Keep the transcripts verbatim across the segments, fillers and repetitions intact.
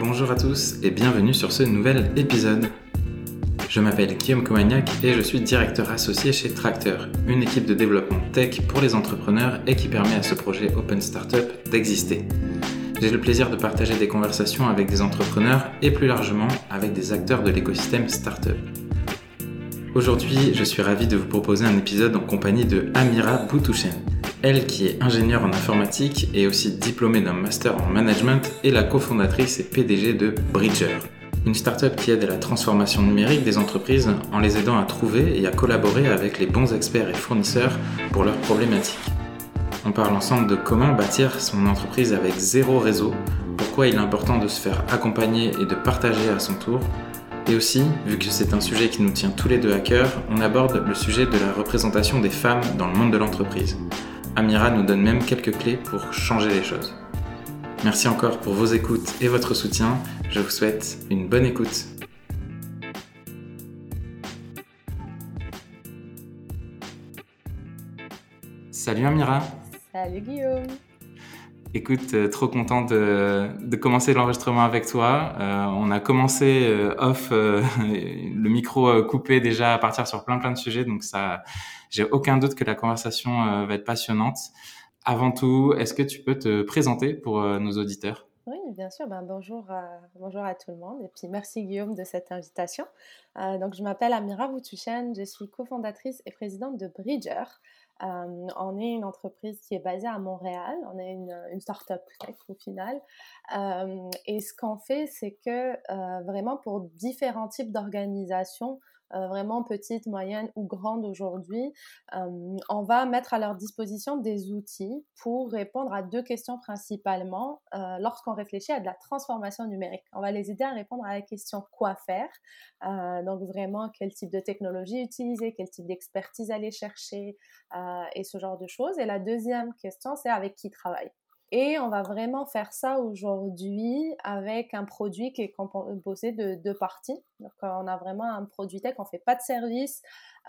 Bonjour à tous et bienvenue sur ce nouvel épisode. Je m'appelle Guillaume Comagnac et je suis directeur associé chez Tracteur, une équipe de développement tech pour les entrepreneurs et qui permet à ce projet Open Startup d'exister. J'ai le plaisir de partager des conversations avec des entrepreneurs et plus largement avec des acteurs de l'écosystème startup. Aujourd'hui, je suis ravi de vous proposer un épisode en compagnie de Amira Boutouchen. Elle, qui est ingénieure en informatique et aussi diplômée d'un master en management, est la cofondatrice et P D G de Bridger, une start-up qui aide à la transformation numérique des entreprises en les aidant à trouver et à collaborer avec les bons experts et fournisseurs pour leurs problématiques. On parle ensemble de comment bâtir son entreprise avec zéro réseau, pourquoi il est important de se faire accompagner et de partager à son tour, et aussi, vu que c'est un sujet qui nous tient tous les deux à cœur, on aborde le sujet de la représentation des femmes dans le monde de l'entreprise. Amira nous donne même quelques clés pour changer les choses. Merci encore pour vos écoutes et votre soutien. Je vous souhaite une bonne écoute. Salut Amira. Salut Guillaume. Écoute, euh, trop content de, de commencer l'enregistrement avec toi. Euh, on a commencé euh, off, euh, le micro euh, coupé déjà à partir sur plein plein de sujets, donc ça, j'ai aucun doute que la conversation euh, va être passionnante. Avant tout, est-ce que tu peux te présenter pour euh, nos auditeurs ? Oui, bien sûr. Ben, bonjour, à, bonjour à tout le monde et puis merci Guillaume de cette invitation. Euh, donc, je m'appelle Amira Boutouchen, je suis cofondatrice et présidente de Bridger. Euh, on est une entreprise qui est basée à Montréal, on est une, une start-up tech au final. Euh, et ce qu'on fait, c'est que euh, vraiment pour différents types d'organisations, euh, vraiment petites, moyennes ou grandes aujourd'hui, euh, on va mettre à leur disposition des outils pour répondre à deux questions principalement euh, lorsqu'on réfléchit à de la transformation numérique. On va les aider à répondre à la question quoi faire, euh, donc vraiment quel type de technologie utiliser, quel type d'expertise aller chercher euh, et ce genre de choses. Et la deuxième question, c'est avec qui travailler. Et on va vraiment faire ça aujourd'hui avec un produit qui est composé de deux parties. Donc, on a vraiment un produit tech, on ne fait pas de service.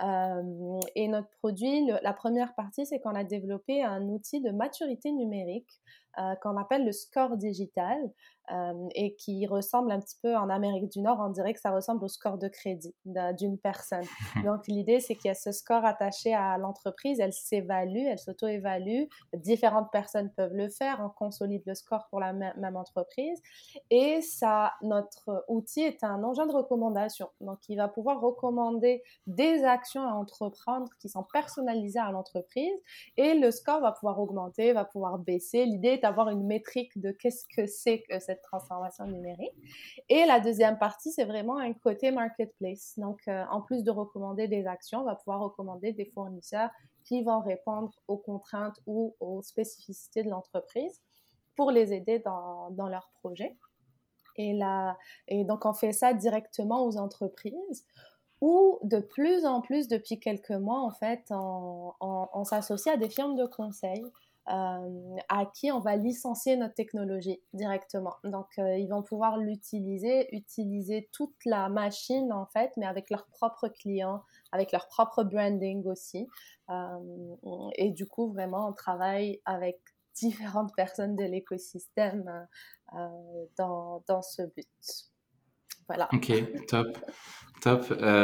Euh, et notre produit, le, la première partie, c'est qu'on a développé un outil de maturité numérique euh, qu'on appelle le score digital euh, et qui ressemble un petit peu en Amérique du Nord, on dirait que ça ressemble au score de crédit d'une personne. Donc, l'idée, c'est qu'il y a ce score attaché à l'entreprise, elle s'évalue, elle s'auto-évalue, différentes personnes peuvent le faire, on consolide le score pour la même, même entreprise et ça, notre outil est un engin de recommandation. Donc, il va pouvoir recommander des actions à entreprendre qui sont personnalisées à l'entreprise et le score va pouvoir augmenter, va pouvoir baisser. L'idée est d'avoir une métrique de qu'est-ce que c'est que cette transformation numérique. Et la deuxième partie, c'est vraiment un côté marketplace. Donc, euh, en plus de recommander des actions, on va pouvoir recommander des fournisseurs qui vont répondre aux contraintes ou aux spécificités de l'entreprise pour les aider dans, dans leur projet. Et, là, et donc, on fait ça directement aux entreprises ou de plus en plus, depuis quelques mois, en fait, on, on, on s'associe à des firmes de conseil euh, à qui on va licencier notre technologie directement. Donc, euh, ils vont pouvoir l'utiliser, utiliser toute la machine, en fait, mais avec leurs propres clients, avec leur propre branding aussi. Euh, et du coup, vraiment, on travaille avec différentes personnes de l'écosystème euh, dans, dans ce but. Voilà. Ok, top. Top.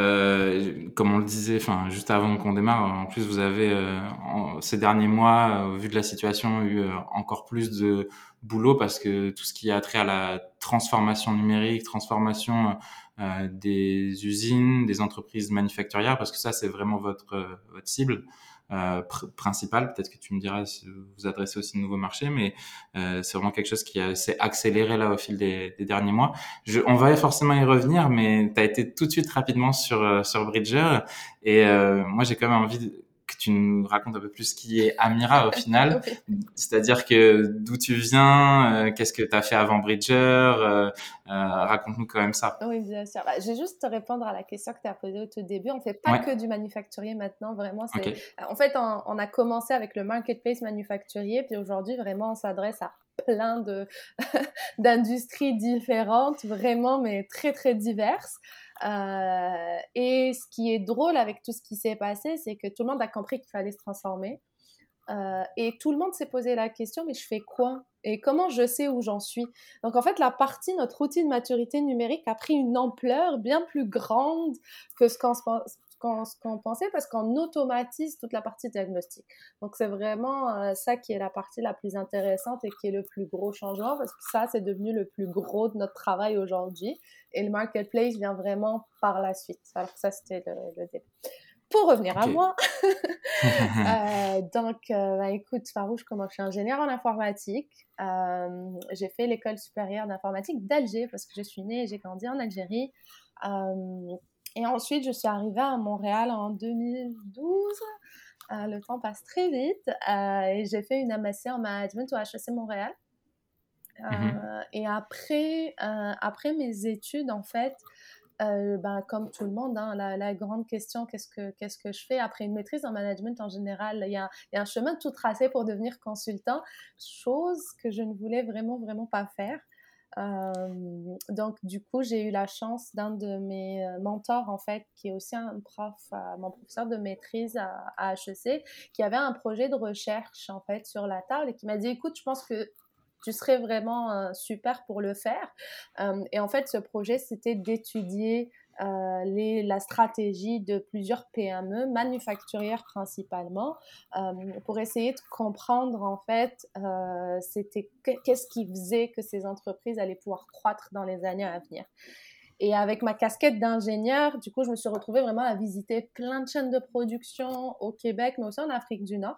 Euh, comme on le disait, enfin juste avant qu'on démarre, en plus vous avez euh, en, ces derniers mois, euh, au vu de la situation, eu euh, encore plus de boulot parce que tout ce qui a trait à la transformation numérique, transformation euh, des usines, des entreprises manufacturières, parce que ça c'est vraiment votre euh, votre cible euh, pr- principale. Peut-être que tu me diras si vous vous adressez aussi de nouveaux marchés, mais euh, c'est vraiment quelque chose qui a, s'est accéléré là au fil des, des derniers mois. Je, on va forcément y revenir, mais tu as été tout de suite rapidement sur euh, sur Bridger et euh, moi j'ai quand même envie de, que tu nous racontes un peu plus qui est Amira au final, Oui. c'est-à-dire que d'où tu viens, euh, qu'est-ce que tu as fait avant Bridger, euh, euh, raconte-nous quand même ça. Oui, bien sûr. Bah, je vais juste te répondre à la question que tu as posée au tout début. On ne fait pas Ouais, que du manufacturier maintenant, vraiment. C'est... ok. En fait, on, on a commencé avec le marketplace manufacturier, puis aujourd'hui, vraiment, on s'adresse à plein de d'industries différentes, vraiment, mais très, très diverses. Euh, et ce qui est drôle avec tout ce qui s'est passé, c'est que tout le monde a compris qu'il fallait se transformer. Euh, et tout le monde s'est posé la question, mais je fais quoi? et comment je sais où j'en suis. Donc en fait, la partie, notre outil de maturité numérique a pris une ampleur bien plus grande que ce qu'on se pense qu'on, ce qu'on pensait parce qu'on automatise toute la partie diagnostic. Donc c'est vraiment euh, ça qui est la partie la plus intéressante et qui est le plus gros changement parce que ça, c'est devenu le plus gros de notre travail aujourd'hui et le marketplace vient vraiment par la suite. Alors ça, c'était le, le début. Pour revenir à Ok. moi, euh, donc, euh, bah, écoute, Farouche, comment je suis ingénieure en informatique. Euh, j'ai fait l'école supérieure d'informatique d'Alger parce que je suis née et j'ai grandi en Algérie. Euh, et ensuite, je suis arrivée à Montréal en deux mille douze. Euh, le temps passe très vite. Euh, et j'ai fait une M S C en management au H E C Montréal. Mhm. Euh, et après, euh, après mes études, en fait, euh, ben, comme tout le monde, hein, la, la grande question, qu'est-ce que, qu'est-ce que je fais après une maîtrise en management en général? Il y a, il y a un chemin tout tracé pour devenir consultant, chose que je ne voulais vraiment, vraiment pas faire. Euh, donc, du coup, j'ai eu la chance d'un de mes euh, mentors, en fait, qui est aussi un prof, euh, mon professeur de maîtrise à, à H E C, qui avait un projet de recherche, en fait, sur la table et qui m'a dit, écoute, je pense que tu serais vraiment euh, super pour le faire. Euh, et en fait, ce projet, c'était d'étudier euh, les, la stratégie de plusieurs P M E, manufacturières principalement, euh, pour essayer de comprendre, en fait, euh, c'était qu'est-ce qui faisait que ces entreprises allaient pouvoir croître dans les années à venir. Et avec ma casquette d'ingénieur, du coup, je me suis retrouvée vraiment à visiter plein de chaînes de production au Québec, mais aussi en Afrique du Nord.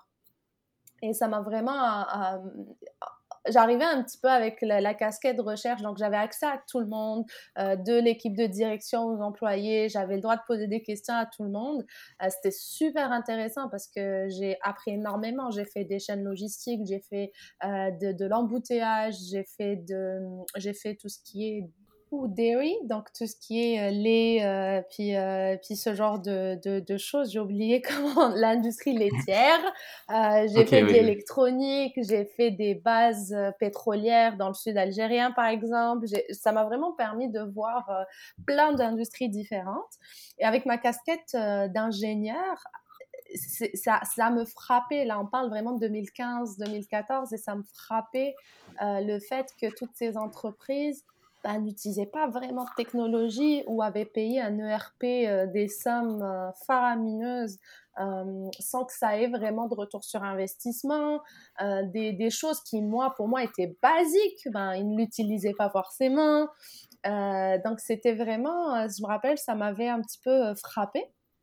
Et ça m'a vraiment... à, à, j'arrivais un petit peu avec la, la casquette de recherche, donc j'avais accès à tout le monde, euh, de l'équipe de direction aux employés, j'avais le droit de poser des questions à tout le monde. Euh, c'était super intéressant parce que j'ai appris énormément. J'ai fait des chaînes logistiques, j'ai fait euh, de, de l'embouteillage, j'ai fait, de, j'ai fait tout ce qui est ou dairy, donc tout ce qui est euh, lait, euh, puis, euh, puis ce genre de, de, de choses. J'ai oublié comment l'industrie laitière. Euh, j'ai Ok, fait de oui, oui. l'électronique, j'ai fait des bases euh, pétrolières dans le sud algérien, par exemple. J'ai, ça m'a vraiment permis de voir euh, plein d'industries différentes. Et avec ma casquette euh, d'ingénieur, c'est, ça, ça me frappait. Là, on parle vraiment de deux mille quinze, deux mille quatorze, et ça me frappait euh, le fait que toutes ces entreprises bah, n'utilisaient pas vraiment de technologie ou avaient payé un E R P euh, des sommes euh, faramineuses euh, sans que ça ait vraiment de retour sur investissement, euh, des, des choses qui, moi, pour moi, étaient basiques, ben, ils ne l'utilisaient pas forcément. Euh, donc, c'était vraiment, euh, je me rappelle, ça m'avait un petit peu euh, frappée.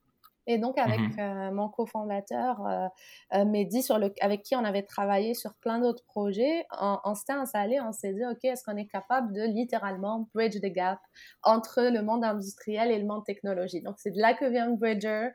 Et donc, avec Mhm. euh, mon cofondateur, euh, euh, Mehdi, sur le, avec qui on avait travaillé sur plein d'autres projets, on, on s'était installé, on s'est dit, OK, est-ce qu'on est capable de littéralement bridge the gap entre le monde industriel et le monde technologique? Donc, c'est de là que vient Bridger.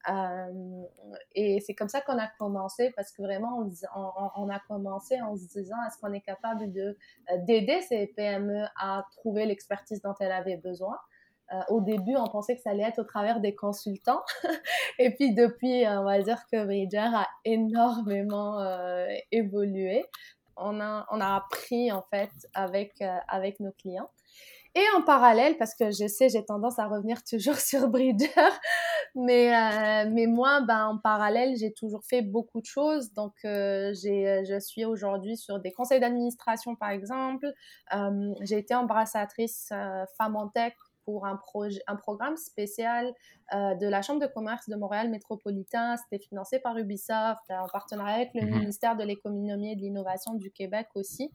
Euh, et c'est comme ça qu'on a commencé parce que vraiment, on, on, on a commencé en se disant, est-ce qu'on est capable de, euh, d'aider ces P M E à trouver l'expertise dont elles avaient besoin? Euh, au début, on pensait que ça allait être au travers des consultants. Et puis depuis, on va dire que Bridger a énormément euh, évolué. On a, on a appris en fait avec, euh, avec nos clients. Et en parallèle, parce que je sais, j'ai tendance à revenir toujours sur Bridger, mais, euh, mais moi, ben, en parallèle, j'ai toujours fait beaucoup de choses. Donc, euh, j'ai, je suis aujourd'hui sur des conseils d'administration, par exemple. Euh, j'ai été ambassadrice euh, Femmes en Tech pour un, projet, un programme spécial euh, de la Chambre de commerce de Montréal métropolitain. C'était financé par Ubisoft en partenariat avec le Mhm. ministère de l'économie et de l'innovation du Québec aussi.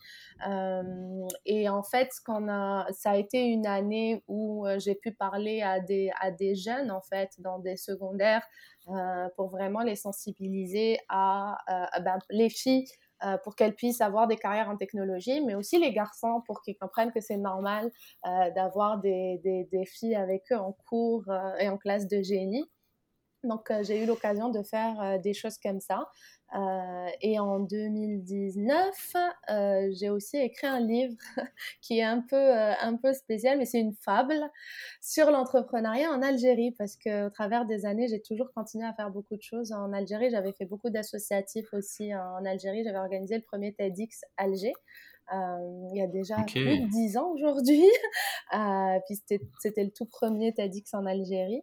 Euh, et en fait, ce qu'on a, ça a été une année où euh, j'ai pu parler à des, à des jeunes, en fait, dans des secondaires, euh, pour vraiment les sensibiliser à euh, ben, les filles, euh, pour qu'elles puissent avoir des carrières en technologie, mais aussi les garçons pour qu'ils comprennent que c'est normal euh, d'avoir des, des, des filles avec eux en cours euh, et en classe de génie. Donc, euh, j'ai eu l'occasion de faire euh, des choses comme ça. Euh, et en deux mille dix-neuf, euh, j'ai aussi écrit un livre qui est un peu, euh, un peu spécial, mais c'est une fable sur l'entrepreneuriat en Algérie, parce qu'au travers des années, j'ai toujours continué à faire beaucoup de choses en Algérie. J'avais fait beaucoup d'associatifs aussi en Algérie. J'avais organisé le premier TEDx Alger. Euh, il y a déjà Ok. plus de dix ans aujourd'hui. Euh, puis c'était, c'était le tout premier TEDx en Algérie.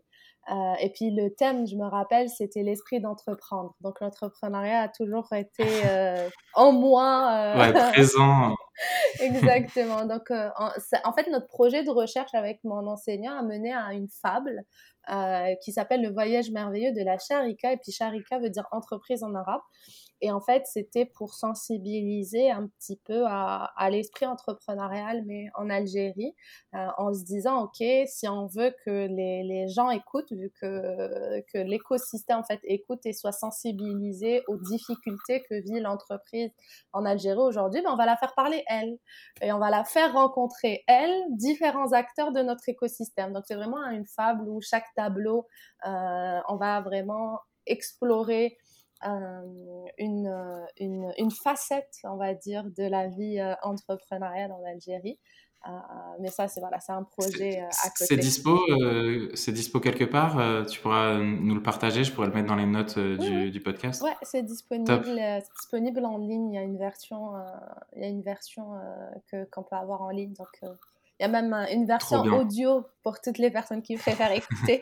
Euh, et puis le thème, je me rappelle, c'était l'esprit d'entreprendre. Donc l'entrepreneuriat a toujours été euh, en moi. Ouais, euh, présent. Exactement. Donc, euh, en, ça- en fait, notre projet de recherche avec mon enseignant a mené à une fable euh, qui s'appelle Le voyage merveilleux de la Sharika. Et puis, Sharika veut dire entreprise en arabe. Et en fait, c'était pour sensibiliser un petit peu à, à l'esprit entrepreneurial, mais en Algérie, euh, en se disant, OK, si on veut que les, les gens écoutent, vu que, que l'écosystème, en fait, écoute et soit sensibilisé aux difficultés que vit l'entreprise en Algérie aujourd'hui, ben, on va la faire parler, elle. Et on va la faire rencontrer, elle, différents acteurs de notre écosystème. Donc, c'est vraiment une fable où chaque tableau, euh, on va vraiment explorer euh, une, une, une facette, on va dire, de la vie euh, entrepreneuriale en Algérie. Euh, mais ça, c'est voilà, c'est un C'est projet euh, à c'est côté. dispo, euh, c'est dispo quelque part. Euh, tu pourras nous le partager. Je pourrais le mettre dans les notes euh, Oui, oui. du, du podcast. Ouais, c'est Top. disponible, euh, c'est disponible en ligne. Il y a une version, euh, il y a une version euh, que qu'on peut avoir en ligne. Donc, euh, il y a même euh, une Trop version bien. audio pour toutes les personnes qui préfèrent écouter.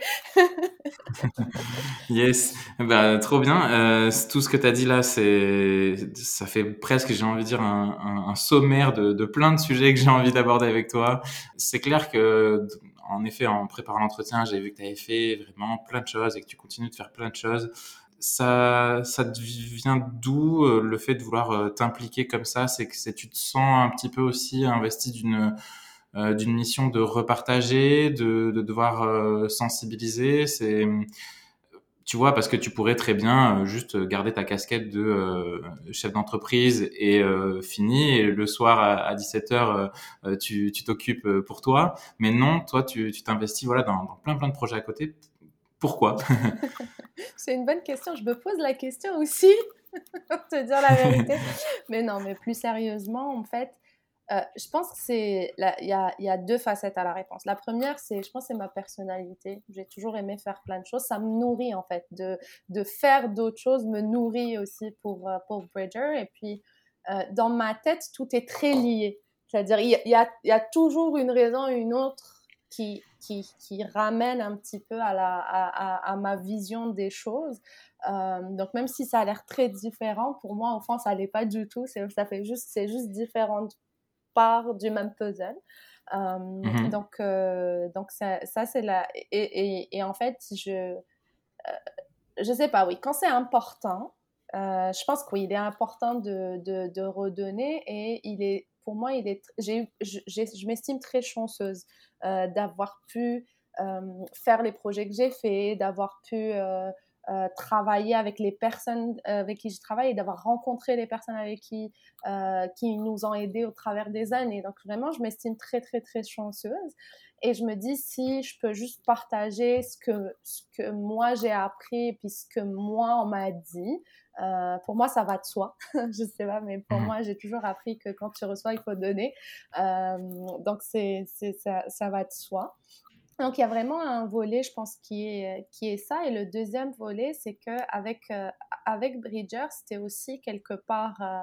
Yes, bah trop bien. Euh, c- tout ce que tu as dit là, c'est, ça fait presque, j'ai envie de dire, un, un- un sommaire de, de plein de sujets que j'ai envie d'aborder avec toi. C'est clair que, en effet, en préparant l'entretien, j'ai vu que tu avais fait vraiment plein de choses et que tu continues de faire plein de choses. Ça, ça te vient d'où euh, le fait de vouloir euh, t'impliquer comme ça? C'est que c'est, tu te sens un petit peu aussi investi d'une euh, d'une mission de repartager, de, de devoir euh, sensibiliser. C'est tu vois, parce que tu pourrais très bien euh, juste garder ta casquette de euh, chef d'entreprise et euh, fini. Et le soir à, à dix-sept heures, euh, tu tu t'occupes euh, pour toi. Mais non, toi, tu tu t'investis voilà dans, dans plein plein de projets à côté. Pourquoi? C'est une bonne question. Je me pose la question aussi, pour te dire la vérité. Mais non, mais plus sérieusement, en fait, euh, je pense que c'est la- il y a, il y a deux facettes à la réponse. La première, c'est, je pense, que c'est ma personnalité. J'ai toujours aimé faire plein de choses. Ça me nourrit en fait de de faire d'autres choses, me nourrit aussi pour euh, pour Bridger. Et puis euh, dans ma tête, tout est très lié. C'est-à-dire, il y a, il y a, il y a toujours une raison, une autre qui qui qui ramène un petit peu à la à, à, à ma vision des choses. Euh, donc même si ça a l'air très différent, pour moi, au fond, ça l'est pas du tout. C'est, ça fait juste, c'est juste différentes parts du même puzzle. Euh, Mhm. donc, euh, donc ça, ça c'est la. Et, et, et en fait, je, je sais pas, oui, quand c'est important, euh, je pense qu'il est important de, de, de redonner et il est, pour moi, il est, j'ai, je, j'ai, je m'estime très chanceuse euh, d'avoir pu euh, faire les projets que j'ai faits, d'avoir pu euh, euh, travailler avec les personnes euh, avec qui je travaille et d'avoir rencontré les personnes avec qui, euh, qui nous ont aidés au travers des années. Donc vraiment, je m'estime très, très, très chanceuse. Et je me dis, si je peux juste partager ce que, ce que moi j'ai appris et puis ce que moi on m'a dit, euh, pour moi ça va de soi. Je sais pas, mais pour Mhm. moi j'ai toujours appris que quand tu reçois, il faut donner. Euh, donc c'est, c'est, ça, ça va de soi. Donc il y a vraiment un volet, je pense, qui est, qui est ça. Et le deuxième volet, c'est qu'avec euh, avec Bridger, c'était aussi quelque part euh,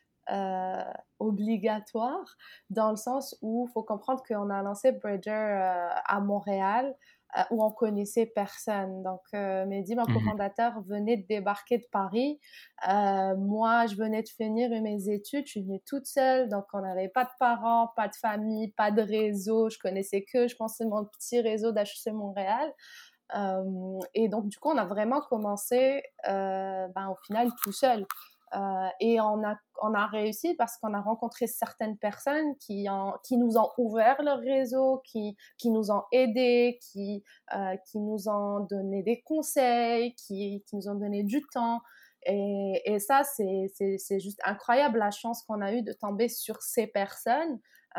euh, obligatoire dans le sens où il faut comprendre qu'on a lancé Bridger euh, à Montréal euh, où on connaissait personne. Donc, euh, Mehdi, mon Mhm. cofondateur, venait de débarquer de Paris. Euh, moi, je venais de finir mes études. Je suis venue toute seule. Donc, on n'avait pas de parents, pas de famille, pas de réseau. Je connaissais que, je pensais, mon petit réseau d'H E C Montréal. Euh, et donc, du coup, on a vraiment commencé, euh, ben, au final, tout seul. Euh, et on a, on a réussi parce qu'on a rencontré certaines personnes qui, en, qui nous ont ouvert leur réseau, qui, qui nous ont aidés, qui, euh, qui nous ont donné des conseils, qui, qui nous ont donné du temps. Et, et ça, c'est, c'est, c'est juste incroyable la chance qu'on a eue de tomber sur ces personnes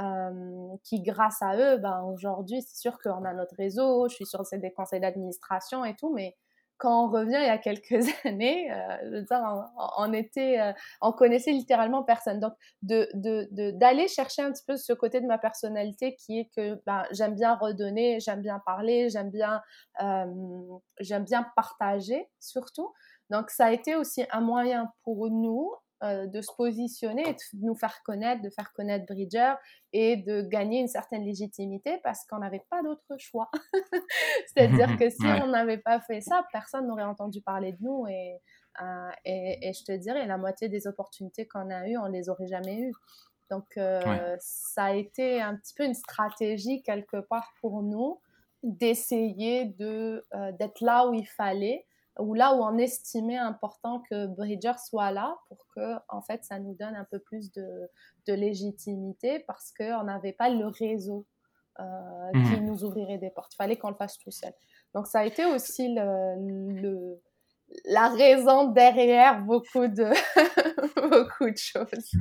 euh, qui, grâce à eux, ben, aujourd'hui, c'est sûr qu'on a notre réseau, je suis sûre que c'est des conseils d'administration et tout, mais quand on revient il y a quelques années, euh, je veux dire, on, on était, euh, on connaissait littéralement personne. Donc, de, de, de, d'aller chercher un petit peu ce côté de ma personnalité qui est que ben, j'aime bien redonner, j'aime bien parler, j'aime bien, euh, j'aime bien partager surtout. Donc, ça a été aussi un moyen pour nous euh, de se positionner, et de nous faire connaître, de faire connaître Bridger et de gagner une certaine légitimité parce qu'on n'avait pas d'autre choix. C'est-à-dire que si Ouais. on n'avait pas fait ça, personne n'aurait entendu parler de nous et, euh, et, et je te dirais, la moitié des opportunités qu'on a eues, on les aurait jamais eues. Donc, euh, Ouais. ça a été un petit peu une stratégie quelque part pour nous d'essayer de, euh, d'être là où il fallait, ou là où on estimait important que Bridger soit là pour que, en fait, ça nous donne un peu plus de, de légitimité parce qu'on n'avait pas le réseau euh, qui Mhm. nous ouvrirait des portes. Il fallait qu'on le fasse tout seul. Donc, ça a été aussi le, le, la raison derrière beaucoup de, beaucoup de choses.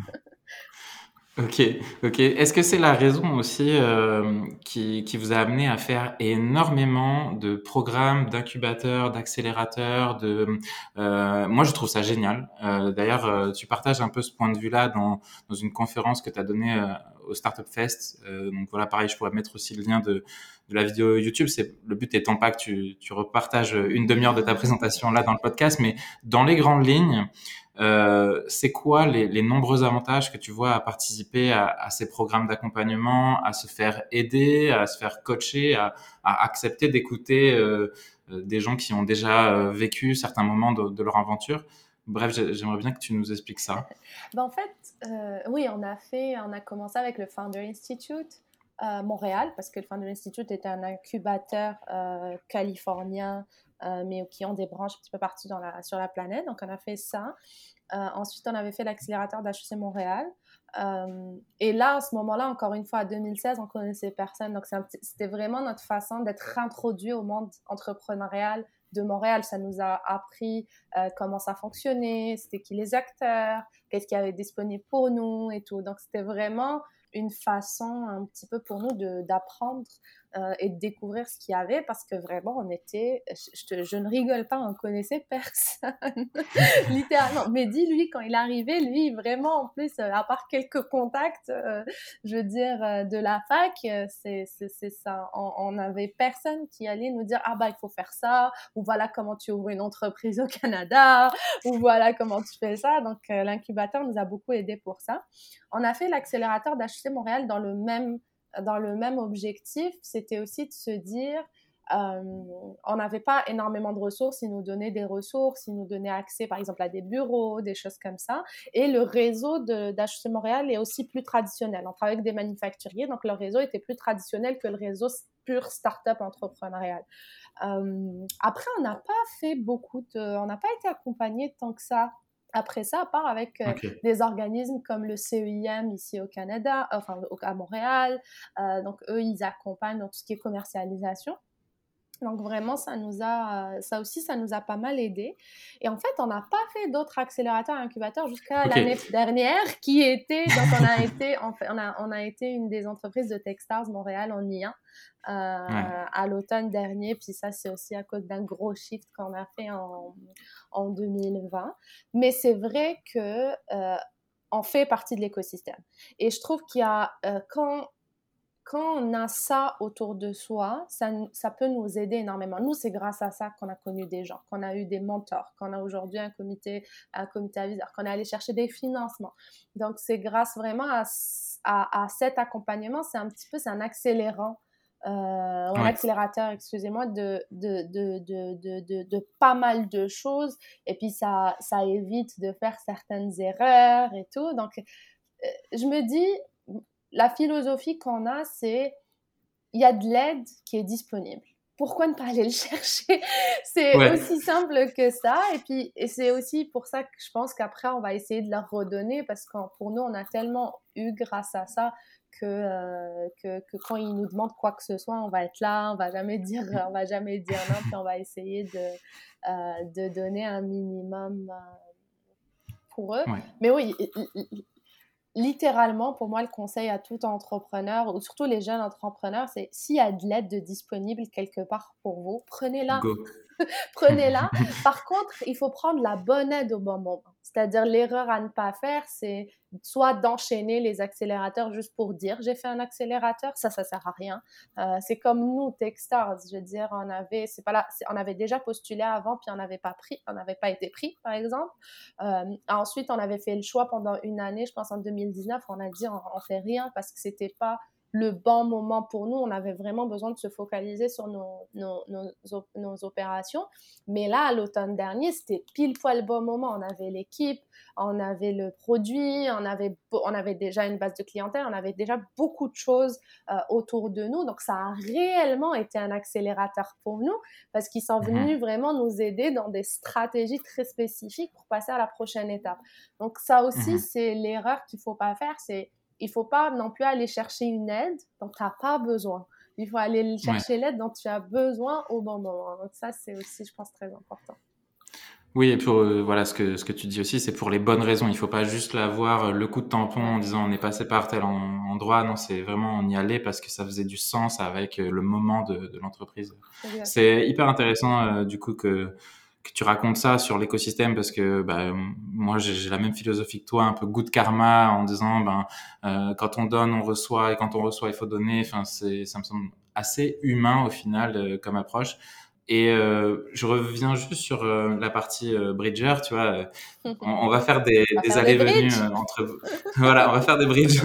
Ok, ok. Est-ce que c'est la raison aussi euh, qui, qui vous a amené à faire énormément de programmes, d'incubateurs, d'accélérateurs, de euh, moi je trouve ça génial. Euh, d'ailleurs, euh, tu partages un peu ce point de vue-là dans, dans une conférence que tu as donnée euh, au Startup Fest. Euh, donc voilà, pareil, je pourrais mettre aussi le lien de, de la vidéo YouTube. C'est le but étant pas que tu, tu repartages une demi-heure de ta présentation là dans le podcast, mais dans les grandes lignes. Euh, c'est quoi les, les nombreux avantages que tu vois à participer à, à ces programmes d'accompagnement, à se faire aider, à se faire coacher, à, à accepter d'écouter euh, euh, des gens qui ont déjà euh, vécu certains moments de, de leur aventure. Bref, j'aimerais bien que tu nous expliques ça. Ben, en fait, euh, oui, on a fait, on a commencé avec le Founder Institute à Montréal, parce que le Founder Institute est un incubateur euh, californien, euh, mais qui ont des branches un petit peu partout dans la, sur la planète. Donc, on a fait ça. Euh, ensuite, on avait fait l'accélérateur d'H E C Montréal. Euh, et là, à ce moment-là, encore une fois, en deux mille seize, on connaissait personne. Donc, c'est un petit, c'était vraiment notre façon d'être introduit au monde entrepreneurial de Montréal. Ça nous a appris euh, comment ça fonctionnait, c'était qui les acteurs, qu'est-ce qu'il y avait disponible pour nous et tout. Donc, c'était vraiment une façon un petit peu pour nous de, d'apprendre euh, et de découvrir ce qu'il y avait parce que vraiment, on était, je, te, je ne rigole pas, on connaissait personne, littéralement. Mehdi, lui, quand il arrivait, lui, vraiment, en plus, euh, à part quelques contacts, euh, je veux dire, euh, de la fac, euh, c'est, c'est, c'est ça. On n'avait personne qui allait nous dire, ah bah, il faut faire ça, ou voilà comment tu ouvres une entreprise au Canada, ou voilà comment tu fais ça. Donc, euh, l'incubateur nous a beaucoup aidé pour ça. On a fait l'accélérateur d'H E C Montréal dans le même, dans le même objectif. C'était aussi de se dire, euh, on n'avait pas énormément de ressources. Ils nous donnaient des ressources, ils nous donnaient accès, par exemple, à des bureaux, des choses comme ça. Et le réseau de, d'H E C Montréal est aussi plus traditionnel. On travaille avec des manufacturiers, donc leur réseau était plus traditionnel que le réseau pur start-up entrepreneurial. Euh, après, on n'a pas fait beaucoup de... On n'a pas été accompagné tant que ça. Après ça, à part avec euh, Okay. des organismes comme le C E I M ici au Canada, enfin à Montréal, euh, donc eux, ils accompagnent dans tout ce qui est commercialisation. Donc vraiment, ça nous a, ça aussi, ça nous a pas mal aidé. Et en fait, on n'a pas fait d'autres accélérateurs et incubateurs jusqu'à Okay. l'année dernière, qui était, donc on a été, on, fait, on, a, on a été une des entreprises de Techstars Montréal en I A euh, ouais. à l'automne dernier. Puis ça, c'est aussi à cause d'un gros shift qu'on a fait en, en deux mille vingt. Mais c'est vrai que euh, on fait partie de l'écosystème. Et je trouve qu'il y a euh, quand quand on a ça autour de soi, ça, ça peut nous aider énormément. Nous, c'est grâce à ça qu'on a connu des gens, qu'on a eu des mentors, qu'on a aujourd'hui un comité, un comité aviseur, qu'on est allé chercher des financements. Donc, c'est grâce vraiment à, à, à cet accompagnement, c'est un petit peu, c'est un accélérant, euh, ou un ouais. accélérateur, excusez-moi, de, de, de, de, de, de, de pas mal de choses. Et puis, ça, ça évite de faire certaines erreurs et tout. Donc, euh, je me dis... La philosophie qu'on a, c'est il y a de l'aide qui est disponible. Pourquoi ne pas aller le chercher? C'est ouais. aussi simple que ça. Et puis, et c'est aussi pour ça que je pense qu'après, on va essayer de leur redonner parce que pour nous, on a tellement eu grâce à ça que, euh, que, que quand ils nous demandent quoi que ce soit, on va être là, on va jamais dire, on va jamais dire non, puis on va essayer de, euh, de donner un minimum euh, pour eux. Ouais. Mais oui, littéralement, pour moi, le conseil à tout entrepreneur, ou surtout les jeunes entrepreneurs, c'est s'il y a de l'aide de disponible quelque part pour vous, prenez-la. Prenez-la. Par contre, il faut prendre la bonne aide au bon moment. C'est-à-dire l'erreur à ne pas faire, c'est soit d'enchaîner les accélérateurs juste pour dire j'ai fait un accélérateur, ça, ça sert à rien. Euh, c'est comme nous, Techstars, je veux dire, on avait, c'est pas là, c'est, on avait déjà postulé avant, puis on n'avait pas pris, on n'avait pas été pris, par exemple. Euh, ensuite, on avait fait le choix pendant une année, je pense en deux mille dix-neuf, on a dit on, on fait rien parce que c'était pas le bon moment pour nous. On avait vraiment besoin de se focaliser sur nos, nos, nos, nos opérations. Mais là, à l'automne dernier, c'était pile poil le bon moment. On avait l'équipe, on avait le produit, on avait, on avait déjà une base de clientèle, on avait déjà beaucoup de choses euh, autour de nous. Donc, ça a réellement été un accélérateur pour nous parce qu'ils sont venus vraiment nous aider dans des stratégies très spécifiques pour passer à la prochaine étape. Donc, ça aussi, Mhm. c'est l'erreur qu'il ne faut pas faire, c'est il ne faut pas non plus aller chercher une aide dont tu n'as pas besoin. Il faut aller Ouais. chercher l'aide dont tu as besoin au bon moment. Donc ça, c'est aussi, je pense, très important. Oui, et pour euh, voilà ce que ce que tu dis aussi, c'est pour les bonnes raisons. Il faut pas juste l'avoir euh, le coup de tampon Ouais. en disant on est passé par tel en- endroit. Non, c'est vraiment on y allait parce que ça faisait du sens avec euh, le moment de, de l'entreprise. Exactement. C'est hyper intéressant euh, du coup que que tu racontes ça sur l'écosystème parce que bah, moi j'ai j'ai la même philosophie que toi, un peu good karma en disant ben euh, quand on donne on reçoit et quand on reçoit il faut donner. Enfin c'est ça me semble assez humain au final euh, comme approche. Et euh, je reviens juste sur euh, la partie euh, Bridger, tu vois. euh, on, on va faire des, On va des faire des allées-venues bridges. euh, entre vous. Voilà, on va faire des bridges.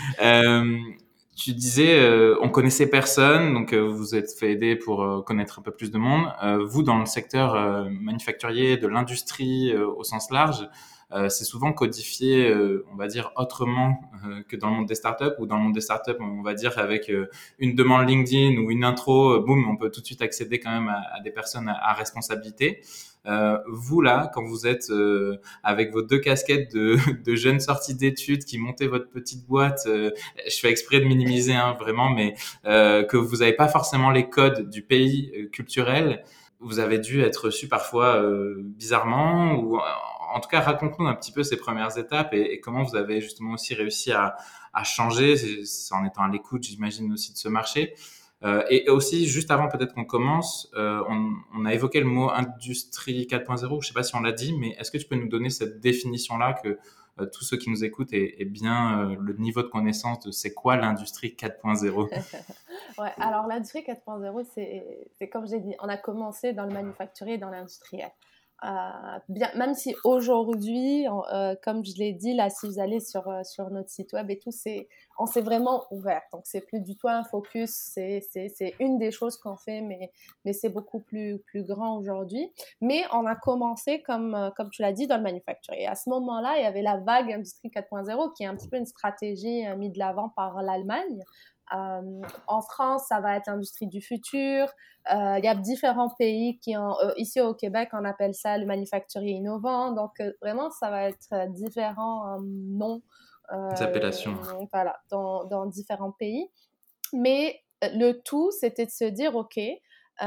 Euh, tu disais, euh, on connaissait personne, donc euh, vous êtes fait aider pour euh, connaître un peu plus de monde. Euh, vous, dans le secteur euh, manufacturier, de l'industrie euh, au sens large, euh, c'est souvent codifié, euh, on va dire, autrement euh, que dans le monde des startups, ou dans le monde des startups, on va dire avec euh, une demande LinkedIn ou une intro, euh, boum, on peut tout de suite accéder quand même à, à des personnes à, à responsabilité. Euh, vous, là, quand vous êtes euh, avec vos deux casquettes de, de jeunes sortis d'études qui montez votre petite boîte, euh, je fais exprès de minimiser hein, vraiment, mais euh, que vous n'avez pas forcément les codes du pays euh, culturel, vous avez dû être reçu parfois euh, bizarrement ou en tout cas raconte-nous un petit peu ces premières étapes et, et comment vous avez justement aussi réussi à, à changer, c'est, c'est en étant à l'écoute, j'imagine aussi de ce marché. Euh, et aussi, juste avant peut-être qu'on commence, euh, on, on a évoqué le mot industrie quatre point zéro. Je ne sais pas si on l'a dit, mais est-ce que tu peux nous donner cette définition-là que euh, tous ceux qui nous écoutent aient, aient bien euh, le niveau de connaissance de c'est quoi l'industrie quatre point zéro? Ouais, alors l'industrie quatre point zéro, c'est, c'est comme j'ai dit, on a commencé dans le manufacturier et dans l'industriel. Euh, bien, même si aujourd'hui, on- euh, comme je l'ai dit, là, si vous allez sur, euh, sur notre site web et tout, c'est, on s'est vraiment ouvert. Donc, c'est plus du tout un focus, c'est, c'est, c'est une des choses qu'on fait, mais, mais c'est beaucoup plus, plus grand aujourd'hui. Mais on a commencé, comme, euh, comme tu l'as dit, dans le manufacturier. À ce moment-là, il y avait la vague industrie quatre point zéro, qui est un petit peu une stratégie euh, mise de l'avant par l'Allemagne. Euh, en France, ça va être l'industrie du futur. Euh, il y a différents pays qui ont, euh, ici au Québec, on appelle ça le manufacturier innovant. Donc, euh, vraiment, ça va être euh, différents euh, noms Des euh, appellations. voilà, dans, dans différents pays. Mais euh, le tout, c'était de se dire, OK, euh,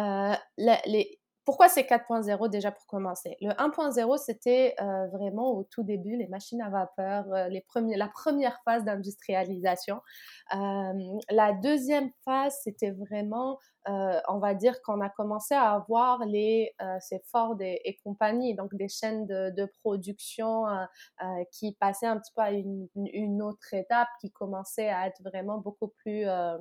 la- les, pourquoi c'est quatre point zéro déjà pour commencer? Le un point zéro, c'était euh, vraiment au tout début, les machines à vapeur, euh, les premiers, la première phase d'industrialisation. Euh, la deuxième phase, c'était vraiment, euh, on va dire qu'on a commencé à avoir les, euh, c'est Ford et, et compagnie, donc des chaînes de, de production euh, euh, qui passaient un petit peu à une, une autre étape, qui commençait à être vraiment beaucoup plus, euh,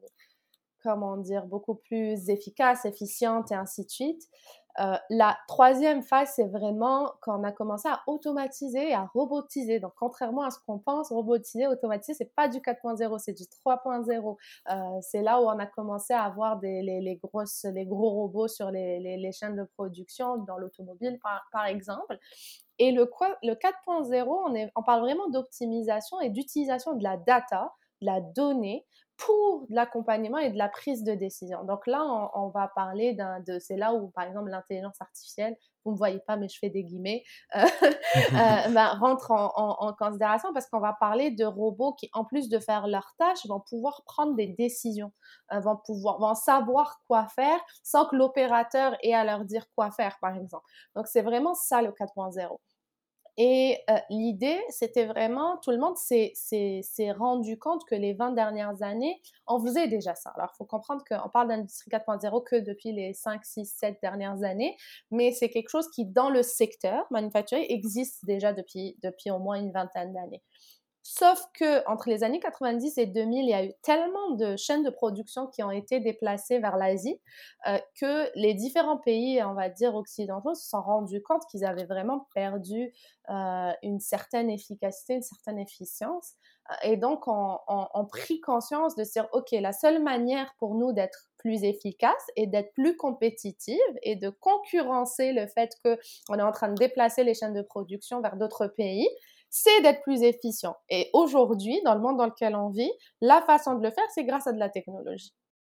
comment dire, beaucoup plus efficace, efficiente et ainsi de suite. Euh, la troisième phase, c'est vraiment quand on a commencé à automatiser et à robotiser. Donc, contrairement à ce qu'on pense, robotiser, automatiser, c'est pas du quatre point zéro, c'est du trois point zéro. Euh, c'est là où on a commencé à avoir des, les, les, grosses, les gros robots sur les, les, les chaînes de production, dans l'automobile, par, par exemple. Et le, le quatre point zéro, on, est, on parle vraiment d'optimisation et d'utilisation de la data, de la donnée, pour de l'accompagnement et de la prise de décision. Donc là, on, on va parler d'un, de, c'est là où, par exemple, l'intelligence artificielle, vous ne me voyez pas, mais je fais des guillemets, euh, euh, ben, rentre en, en, en considération parce qu'on va parler de robots qui, en plus de faire leurs tâches, vont pouvoir prendre des décisions, euh, vont, pouvoir, vont savoir quoi faire sans que l'opérateur ait à leur dire quoi faire, par exemple. Donc, c'est vraiment ça le quatre point zéro. Et euh, l'idée, c'était vraiment, tout le monde s'est, s'est, s'est rendu compte que les vingt dernières années, on faisait déjà ça. Alors, il faut comprendre qu'on parle d'industrie quatre point zéro que depuis les cinq, six, sept dernières années, mais c'est quelque chose qui, dans le secteur manufacturier, existe déjà depuis, depuis au moins une vingtaine d'années. Sauf que entre les années quatre-vingt-dix et deux mille, il y a eu tellement de chaînes de production qui ont été déplacées vers l'Asie euh, que les différents pays, on va dire occidentaux, se sont rendus compte qu'ils avaient vraiment perdu euh, une certaine efficacité, une certaine efficience. Et donc, on, on, on prit conscience de se dire, OK, la seule manière pour nous d'être plus efficace et d'être plus compétitive et de concurrencer le fait qu'on est en train de déplacer les chaînes de production vers d'autres pays, c'est d'être plus efficient. Et aujourd'hui, dans le monde dans lequel on vit, la façon de le faire, c'est grâce à de la technologie.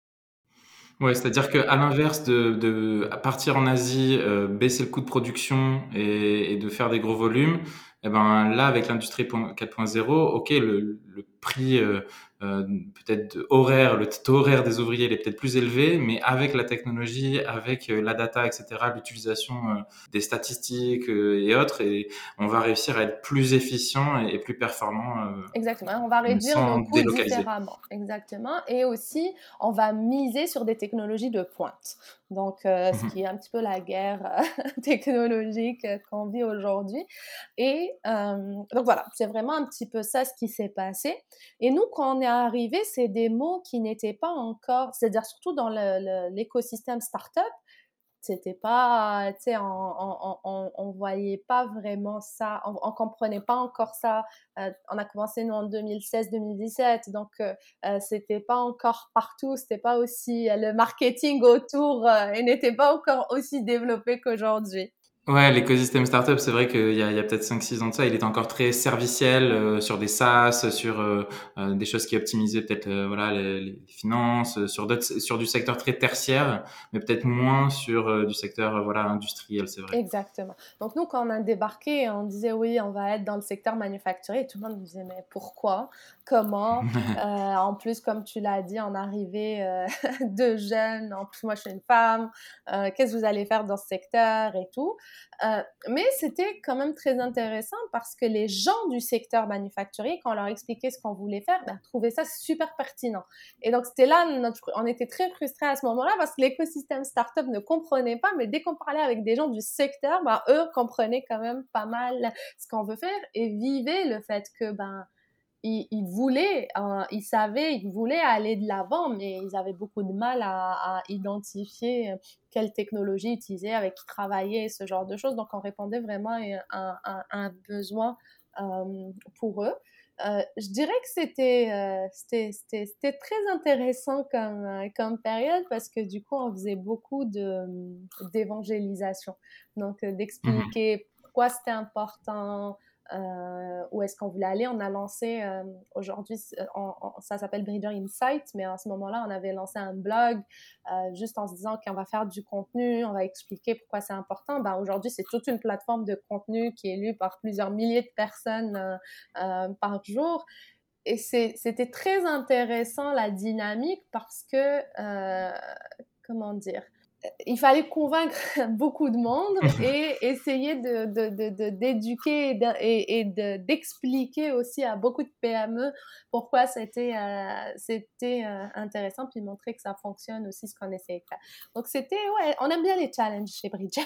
Ouais, c'est-à-dire qu'à l'inverse de, de partir en Asie, euh, baisser le coût de production et, et de faire des gros volumes, eh ben là, avec l'industrie quatre point zéro, ok, le, le prix euh, euh, peut-être horaire, le taux horaire des ouvriers, il est peut-être plus élevé, mais avec la technologie, avec euh, la data, et cetera, l'utilisation euh, des statistiques euh, et autres, et on va réussir à être plus efficient et, et plus performant euh, Exactement. On va réduire sans nos coûts délocaliser. différemment. Exactement. Et aussi, on va miser sur des technologies de pointe. Donc, euh, ce qui est un petit peu la guerre euh, technologique euh, qu'on vit aujourd'hui. Et euh, donc, voilà, c'est vraiment un petit peu ça ce qui s'est passé. Et nous, quand on est arrivé, c'est des mots qui n'étaient pas encore, c'est-à-dire surtout dans le, le, l'écosystème startup, c'était pas, tu sais, on, on, on, on voyait pas vraiment ça, on, on comprenait pas encore ça. Euh, on a commencé nous en deux mille seize deux mille dix-sept, donc euh, euh, c'était pas encore partout, c'était pas aussi, euh, le marketing autour euh, n'était pas encore aussi développé qu'aujourd'hui. Ouais, l'écosystème startup, c'est vrai qu'il y a, il y a peut-être cinq six ans de ça, il était encore très serviciel euh, sur des SaaS, sur euh, euh, des choses qui optimisaient peut-être euh, voilà les, les finances, euh, sur d'autres, sur du secteur très tertiaire, mais peut-être moins sur euh, du secteur euh, voilà industriel, c'est vrai. Exactement. Donc nous, quand on a débarqué, on disait oui, on va être dans le secteur manufacturier. Et tout le monde nous disait mais pourquoi? Comment? Euh, en plus, comme tu l'as dit, on arrivait euh, de jeunes. En plus, moi, je suis une femme. Euh, qu'est-ce que vous allez faire dans ce secteur et tout? Euh, mais c'était quand même très intéressant parce que les gens du secteur manufacturier, quand on leur expliquait ce qu'on voulait faire, ben, trouvaient ça super pertinent. Et donc, c'était là, notre, on était très frustrés à ce moment-là parce que l'écosystème startup ne comprenait pas, mais dès qu'on parlait avec des gens du secteur, ben, eux comprenaient quand même pas mal ce qu'on veut faire et vivaient le fait que, ben, ils, ils voulaient, euh, ils savaient, ils voulaient aller de l'avant, mais ils avaient beaucoup de mal à, à identifier quelle technologie utiliser, avec qui travailler, ce genre de choses. Donc, on répondait vraiment à un, à un besoin euh, pour eux. Euh, je dirais que c'était, euh, c'était, c'était, c'était très intéressant comme, euh, comme période parce que du coup, on faisait beaucoup de, d'évangélisation. Donc, euh, d'expliquer pourquoi c'était important, euh, où est-ce qu'on voulait aller. On a lancé, euh, aujourd'hui, on, on, ça s'appelle Breeder Insight, mais en ce moment-là, on avait lancé un blog euh, juste en se disant qu'on va faire du contenu, on va expliquer pourquoi c'est important. Ben, aujourd'hui, c'est toute une plateforme de contenu qui est lue par plusieurs milliers de personnes euh, euh, par jour. Et c'est, c'était très intéressant la dynamique parce que, euh, comment dire, il fallait convaincre beaucoup de monde et essayer de, de, de, de d'éduquer et, de, et, et de, d'expliquer aussi à beaucoup de P M E pourquoi c'était, euh, c'était euh, intéressant, puis montrer que ça fonctionne aussi ce qu'on essaie de faire. Donc c'était, ouais, on aime bien les challenges chez Bridger.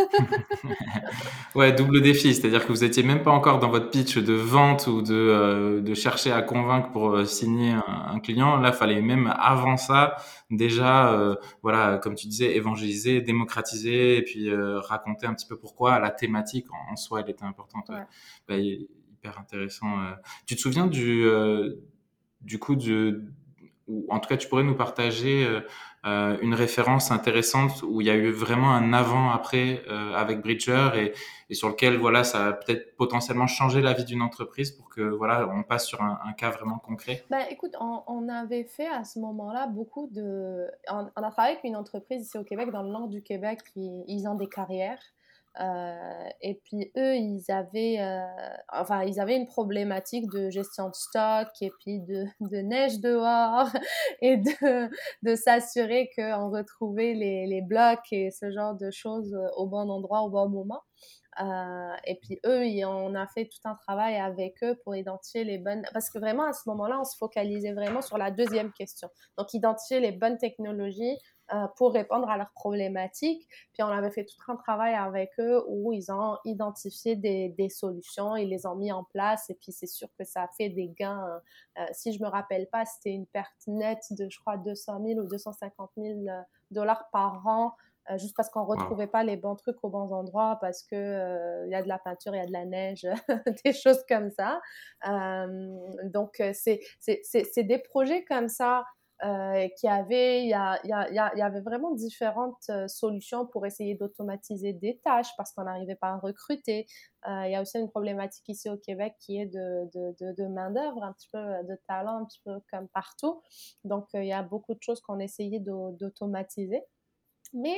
Ouais, double défi, c'est-à-dire que vous étiez même pas encore dans votre pitch de vente ou de, euh, de chercher à convaincre pour euh, signer un, un client. Là, fallait même avant ça déjà, euh, voilà, comme tu disais, évangéliser, démocratiser et puis euh, raconter un petit peu pourquoi la thématique en, en soi elle était importante. Ouais. Ouais. Bah, hyper intéressant. euh. Tu te souviens du euh, du coup de ou en tout cas tu pourrais nous partager euh, euh, une référence intéressante où il y a eu vraiment un avant-après euh, avec Bridger et, et sur lequel voilà ça a peut-être potentiellement changé la vie d'une entreprise pour que voilà on passe sur un, un cas vraiment concret. Ben, écoute, on, on avait fait à ce moment-là beaucoup de... On, on a travaillé avec une entreprise ici au Québec, dans le nord du Québec, puis ils ont des carrières. Euh, et puis eux, ils avaient, euh, enfin, ils avaient une problématique de gestion de stock et puis de, de neige dehors et de, de s'assurer qu'on retrouvait les, les blocs et ce genre de choses au bon endroit, au bon moment. Euh, et puis eux, y- on a fait tout un travail avec eux pour identifier les bonnes... Parce que vraiment, à ce moment-là, on se focalisait vraiment sur la deuxième question. Donc, identifier les bonnes technologies euh, pour répondre à leurs problématiques. Puis on avait fait tout un travail avec eux où ils ont identifié des, des solutions, ils les ont mis en place et puis c'est sûr que ça a fait des gains. Euh, si je me rappelle pas, c'était une perte nette de, je crois, deux cent mille ou deux cent cinquante mille dollars par an. Euh, juste parce qu'on Wow. retrouvait pas les bons trucs aux bons endroits, parce que il euh, y a de la peinture, il y a de la neige, des choses comme ça. Euh, donc c'est c'est c'est c'est des projets comme ça euh, qui avaient, il y, a, il, y a, il y avait vraiment différentes euh, solutions pour essayer d'automatiser des tâches parce qu'on n'arrivait pas à recruter. Euh, il y a aussi une problématique ici au Québec qui est de, de, de, de main-d'œuvre, un petit peu de talent, un petit peu comme partout. Donc, euh, il y a beaucoup de choses qu'on essayait d'automatiser. Mais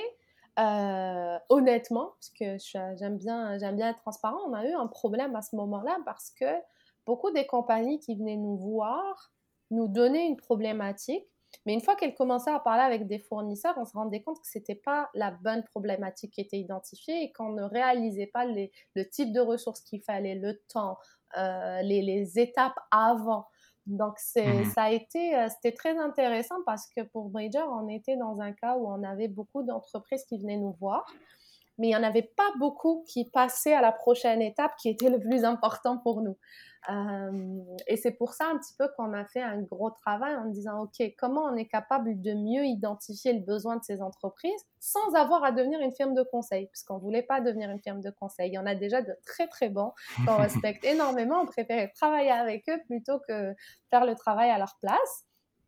euh, honnêtement, parce que j'aime bien, j'aime bien être transparent, on a eu un problème à ce moment-là parce que beaucoup des compagnies qui venaient nous voir nous donnaient une problématique, mais une fois qu'elles commençaient à parler avec des fournisseurs, on se rendait compte que c'était pas la bonne problématique qui était identifiée et qu'on ne réalisait pas les, le type de ressources qu'il fallait, le temps, euh, les, les étapes avant. Donc, c'est, Mhm. ça a été, euh, c'était très intéressant parce que pour Bridger, on était dans un cas où on avait beaucoup d'entreprises qui venaient nous voir, mais il n'y en avait pas beaucoup qui passaient à la prochaine étape qui était le plus important pour nous. Euh, et c'est pour ça un petit peu qu'on a fait un gros travail en disant, OK, comment on est capable de mieux identifier le besoin de ces entreprises sans avoir à devenir une firme de conseil, puisqu'on ne voulait pas devenir une firme de conseil. Il y en a déjà de très, très bons qu'on respecte énormément. On préférait travailler avec eux plutôt que faire le travail à leur place.